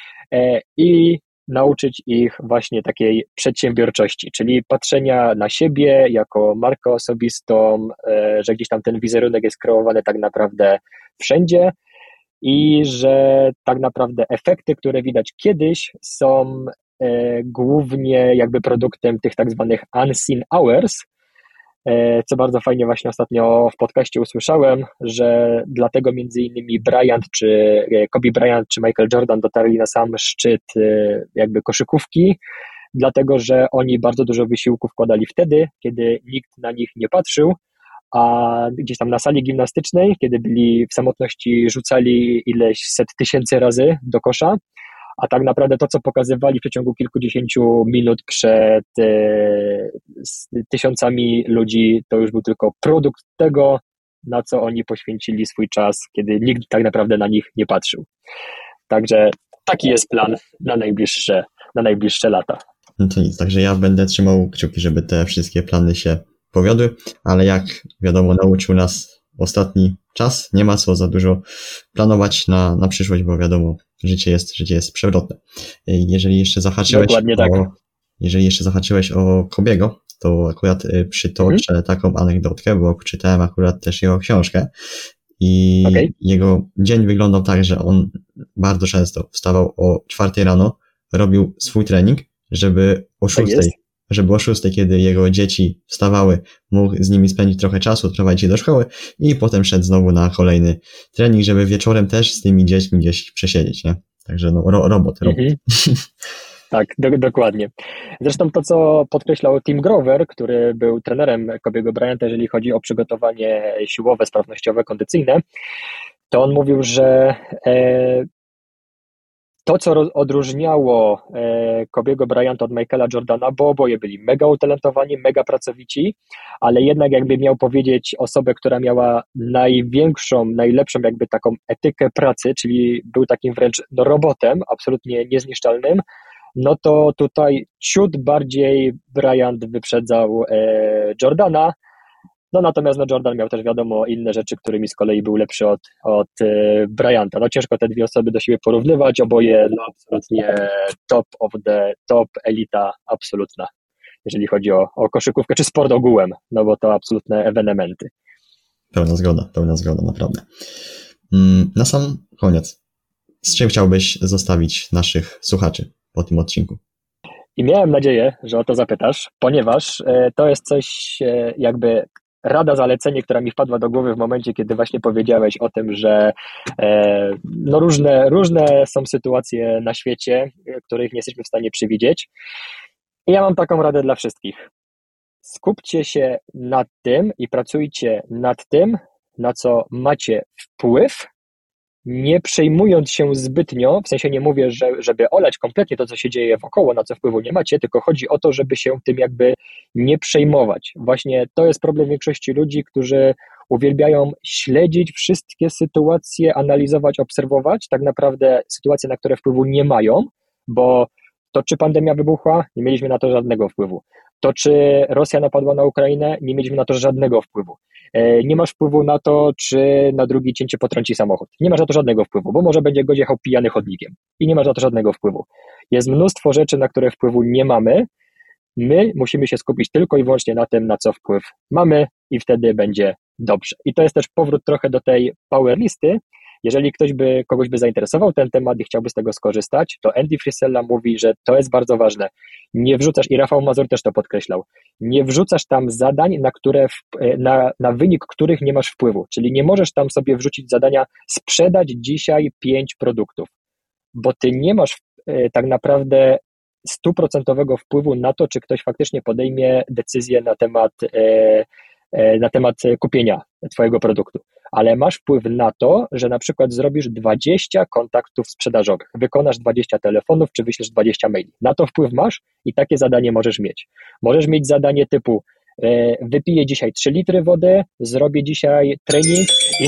i nauczyć ich właśnie takiej przedsiębiorczości, czyli patrzenia na siebie jako markę osobistą, że gdzieś tam ten wizerunek jest kreowany tak naprawdę wszędzie i że tak naprawdę efekty, które widać kiedyś, są głównie jakby produktem tych tak zwanych unseen hours, co bardzo fajnie właśnie ostatnio w podcaście usłyszałem, że dlatego między innymi Kobe Bryant czy Michael Jordan dotarli na sam szczyt jakby koszykówki, dlatego że oni bardzo dużo wysiłku wkładali wtedy, kiedy nikt na nich nie patrzył, a gdzieś tam na sali gimnastycznej, kiedy byli w samotności, rzucali ileś set tysięcy razy do kosza, a tak naprawdę to, co pokazywali w przeciągu kilkudziesięciu minut przed tysiącami ludzi, to już był tylko produkt tego, na co oni poświęcili swój czas, kiedy nikt tak naprawdę na nich nie patrzył. Także taki jest plan na najbliższe lata. No to nic, także ja będę trzymał kciuki, żeby te wszystkie plany się powiodły, ale jak wiadomo, nauczył nas ostatni czas, nie ma co za dużo planować na przyszłość, bo wiadomo, życie jest przewrotne. Jeżeli jeszcze zahaczyłeś o Kobiego, to akurat przytoczę taką anegdotkę, bo czytałem akurat też jego książkę i jego dzień wyglądał tak, że on bardzo często wstawał o 4 rano, robił swój trening, żeby o 6, kiedy jego dzieci wstawały, mógł z nimi spędzić trochę czasu, odprowadzić je do szkoły i potem szedł znowu na kolejny trening, żeby wieczorem też z tymi dziećmi gdzieś przesiedzieć, nie? Także robot. Tak, dokładnie. Zresztą to, co podkreślał Tim Grover, który był trenerem Kobiego Bryanta, jeżeli chodzi o przygotowanie siłowe, sprawnościowe, kondycyjne, to on mówił, że to, co odróżniało Kobiego Bryanta od Michaela Jordana, bo oboje byli mega utalentowani, mega pracowici, ale jednak jakby miał powiedzieć osobę, która miała największą, najlepszą jakby taką etykę pracy, czyli był takim wręcz robotem, absolutnie niezniszczalnym, no to tutaj ciut bardziej Bryant wyprzedzał Jordana. No natomiast Jordan miał też wiadomo inne rzeczy, którymi z kolei był lepszy od Bryanta. No ciężko te dwie osoby do siebie porównywać, oboje absolutnie top of the top, elita absolutna, jeżeli chodzi o koszykówkę czy sport ogółem, no bo to absolutne ewenementy. Pełna zgoda, naprawdę. Na sam koniec, z czym chciałbyś zostawić naszych słuchaczy po tym odcinku? I miałem nadzieję, że o to zapytasz, ponieważ to jest coś jakby rada, zalecenie, która mi wpadła do głowy w momencie, kiedy właśnie powiedziałeś o tym, że no różne są sytuacje na świecie, których nie jesteśmy w stanie przewidzieć. I ja mam taką radę dla wszystkich. Skupcie się nad tym i pracujcie nad tym, na co macie wpływ, nie przejmując się zbytnio, w sensie nie mówię, żeby olać kompletnie to, co się dzieje wokoło, na co wpływu nie macie, tylko chodzi o to, żeby się tym jakby nie przejmować. Właśnie to jest problem większości ludzi, którzy uwielbiają śledzić wszystkie sytuacje, analizować, obserwować, tak naprawdę sytuacje, na które wpływu nie mają, bo to, czy pandemia wybuchła, nie mieliśmy na to żadnego wpływu. To, czy Rosja napadła na Ukrainę, nie mieliśmy na to żadnego wpływu. Nie masz wpływu na to, czy na drugi cię potrąci samochód. Nie masz na to żadnego wpływu, bo może będzie gość jechał pijany chodnikiem i nie masz na to żadnego wpływu. Jest mnóstwo rzeczy, na które wpływu nie mamy. My musimy się skupić tylko i wyłącznie na tym, na co wpływ mamy i wtedy będzie dobrze. I to jest też powrót trochę do tej power listy. Jeżeli kogoś by zainteresował ten temat i chciałby z tego skorzystać, to Andy Frisella mówi, że to jest bardzo ważne. Nie wrzucasz, i Rafał Mazur też to podkreślał, nie wrzucasz tam zadań, na wynik których nie masz wpływu. Czyli nie możesz tam sobie wrzucić zadania sprzedać dzisiaj 5 produktów, bo ty nie masz tak naprawdę 100% wpływu na to, czy ktoś faktycznie podejmie decyzję na temat kupienia twojego produktu, ale masz wpływ na to, że na przykład zrobisz 20 kontaktów sprzedażowych, wykonasz 20 telefonów, czy wyślesz 20 maili. Na to wpływ masz i takie zadanie możesz mieć. Możesz mieć zadanie typu wypiję dzisiaj 3 litry wody, zrobię dzisiaj trening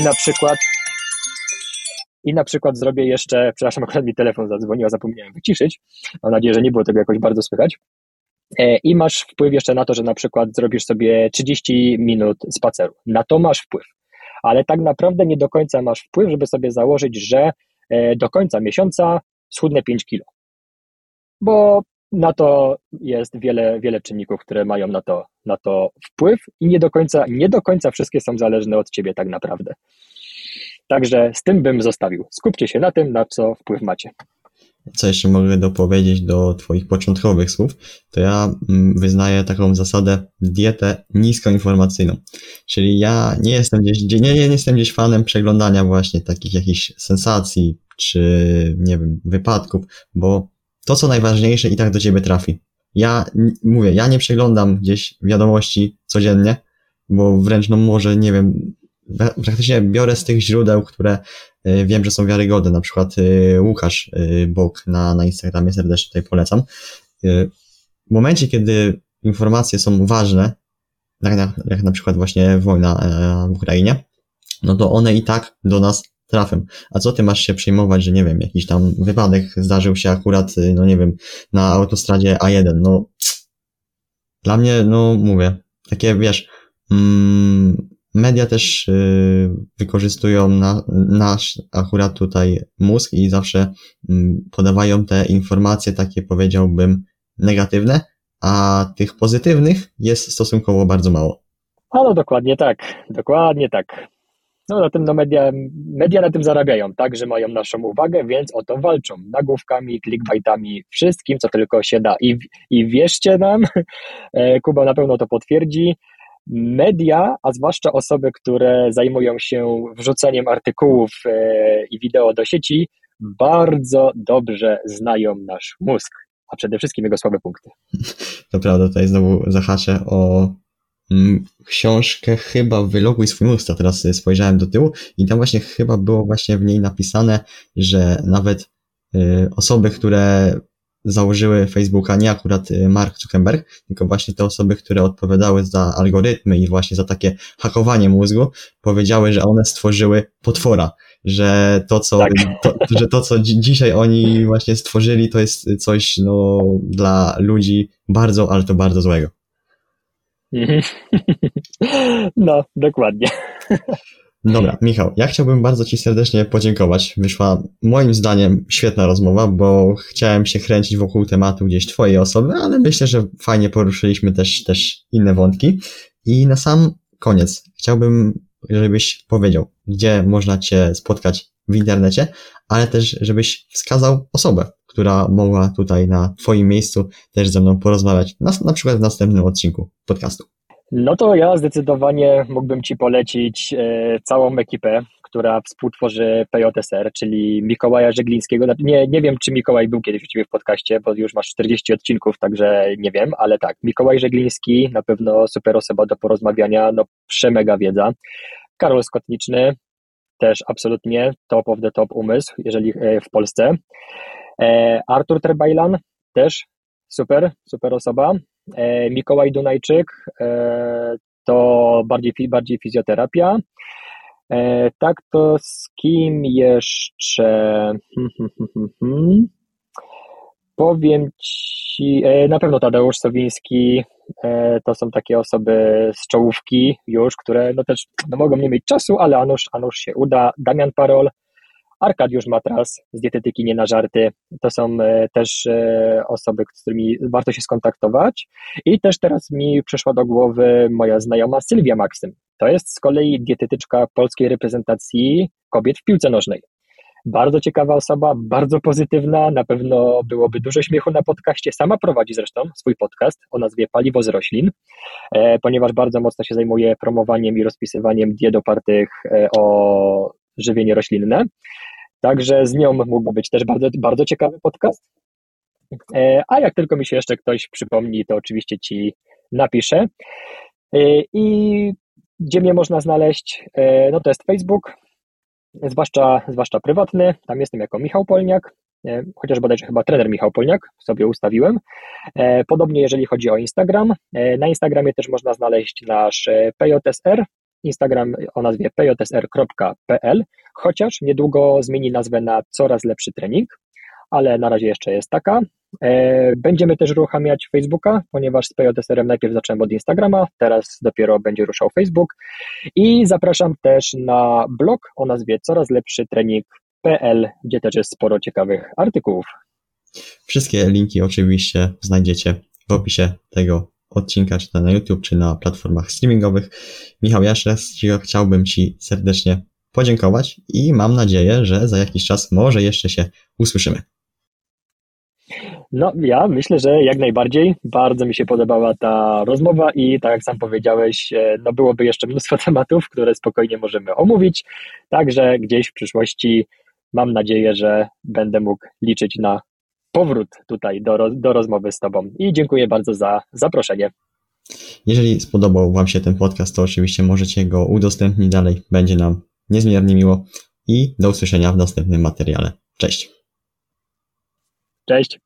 i na przykład zrobię jeszcze, przepraszam, akurat mi telefon zadzwonił, a zapomniałem wyciszyć. Mam nadzieję, że nie było tego jakoś bardzo słychać. I masz wpływ jeszcze na to, że na przykład zrobisz sobie 30 minut spaceru. Na to masz wpływ. Ale tak naprawdę nie do końca masz wpływ, żeby sobie założyć, że do końca miesiąca schudnę 5 kilo. Bo na to jest wiele czynników, które mają na to wpływ i nie do końca wszystkie są zależne od ciebie tak naprawdę. Także z tym bym zostawił. Skupcie się na tym, na co wpływ macie. Co jeszcze mogę dopowiedzieć do twoich początkowych słów, to ja wyznaję taką zasadę dietę niskoinformacyjną. Czyli ja nie jestem gdzieś fanem przeglądania właśnie takich jakichś sensacji, czy nie wiem, wypadków, bo to, co najważniejsze, i tak do ciebie trafi. Ja nie przeglądam gdzieś wiadomości codziennie, bo wręcz może, nie wiem, praktycznie biorę z tych źródeł, które wiem, że są wiarygodne, na przykład Łukasz Bok na Instagramie, serdecznie tutaj polecam. W momencie, kiedy informacje są ważne, jak na przykład właśnie wojna w Ukrainie, no to one i tak do nas trafią. A co ty masz się przejmować, że nie wiem, jakiś tam wypadek zdarzył się akurat, no nie wiem, na autostradzie A1, no dla mnie, no mówię, takie wiesz, media też wykorzystują nasz akurat tutaj mózg i zawsze podawają te informacje takie, powiedziałbym, negatywne, a tych pozytywnych jest stosunkowo bardzo mało. No dokładnie tak. No na tym media na tym zarabiają, tak, że mają naszą uwagę, więc o to walczą. Nagłówkami, clickbaitami, wszystkim, co tylko się da. I wierzcie nam, Kuba na pewno to potwierdzi, media, a zwłaszcza osoby, które zajmują się wrzucaniem artykułów i wideo do sieci, bardzo dobrze znają nasz mózg, a przede wszystkim jego słabe punkty. To prawda, tutaj znowu zahaczę o książkę chyba Wyloguj swój mózg, a teraz spojrzałem do tyłu i tam właśnie chyba było właśnie w niej napisane, że nawet osoby, które założyły Facebooka, nie akurat Mark Zuckerberg, tylko właśnie te osoby, które odpowiadały za algorytmy i właśnie za takie hakowanie mózgu, powiedziały, że one stworzyły potwora, że to, co dzisiaj oni właśnie stworzyli, to jest coś, no, dla ludzi bardzo, ale to bardzo złego. No, dokładnie. Dobra, Michał, ja chciałbym bardzo ci serdecznie podziękować. Wyszła moim zdaniem świetna rozmowa, bo chciałem się kręcić wokół tematu gdzieś twojej osoby, ale myślę, że fajnie poruszyliśmy też inne wątki. I na sam koniec chciałbym żebyś powiedział, gdzie można Cię spotkać w internecie, ale też żebyś wskazał osobę, która mogła tutaj na Twoim miejscu też ze mną porozmawiać, na przykład w następnym odcinku podcastu. No to ja zdecydowanie mógłbym Ci polecić całą ekipę, która współtworzy PJSR, czyli Mikołaja Żeglińskiego. Nie wiem, czy Mikołaj był kiedyś u Ciebie w podcaście, bo już masz 40 odcinków, także nie wiem, ale tak, Mikołaj Żegliński, na pewno super osoba do porozmawiania, no przemega wiedza. Karol Skotniczny, też absolutnie top of the top umysł, jeżeli w Polsce. Artur Trebajlan, też super osoba. Mikołaj Dunajczyk, to bardziej fizjoterapia. Tak, to z kim jeszcze? Powiem Ci, na pewno Tadeusz Sowiński, to są takie osoby z czołówki już, które no też mogą nie mieć czasu, ale a nuż się uda. Damian Parol, Arkadiusz Matras z Dietetyki Nie na Żarty, to są też osoby, z którymi warto się skontaktować. I też teraz mi przyszła do głowy moja znajoma Sylwia Maksym. To jest z kolei dietetyczka polskiej reprezentacji kobiet w piłce nożnej. Bardzo ciekawa osoba, bardzo pozytywna, na pewno byłoby dużo śmiechu na podcaście. Sama prowadzi zresztą swój podcast o nazwie Paliwo z roślin, ponieważ bardzo mocno się zajmuje promowaniem i rozpisywaniem diet opartych o żywienie roślinne. Także z nią mógłby być też bardzo ciekawy podcast. A jak tylko mi się jeszcze ktoś przypomni, to oczywiście Ci napiszę. I gdzie mnie można znaleźć? No to jest Facebook, zwłaszcza prywatny. Tam jestem jako Michał Polniak, chociaż bodajże chyba trener Michał Polniak sobie ustawiłem. Podobnie jeżeli chodzi o Instagram. Na Instagramie też można znaleźć nasz PJSR, Instagram o nazwie pjsr.pl, chociaż niedługo zmieni nazwę na Coraz Lepszy Trening, ale na razie jeszcze jest taka. Będziemy też uruchamiać Facebooka, ponieważ z PJSR-em najpierw zacząłem od Instagrama, teraz dopiero będzie ruszał Facebook i zapraszam też na blog o nazwie corazlepszytrening.pl, gdzie też jest sporo ciekawych artykułów. Wszystkie linki oczywiście znajdziecie w opisie tego odcinka, czy to na YouTube, czy na platformach streamingowych. Michał, jeszcze raz chciałbym Ci serdecznie podziękować i mam nadzieję, że za jakiś czas może jeszcze się usłyszymy. No, ja myślę, że jak najbardziej. Bardzo mi się podobała ta rozmowa i tak jak sam powiedziałeś, no byłoby jeszcze mnóstwo tematów, które spokojnie możemy omówić. Także gdzieś w przyszłości mam nadzieję, że będę mógł liczyć na powrót tutaj do rozmowy z Tobą. I dziękuję bardzo za zaproszenie. Jeżeli spodobał Wam się ten podcast, to oczywiście możecie go udostępnić dalej. Będzie nam niezmiernie miło i do usłyszenia w następnym materiale. Cześć! Cześć!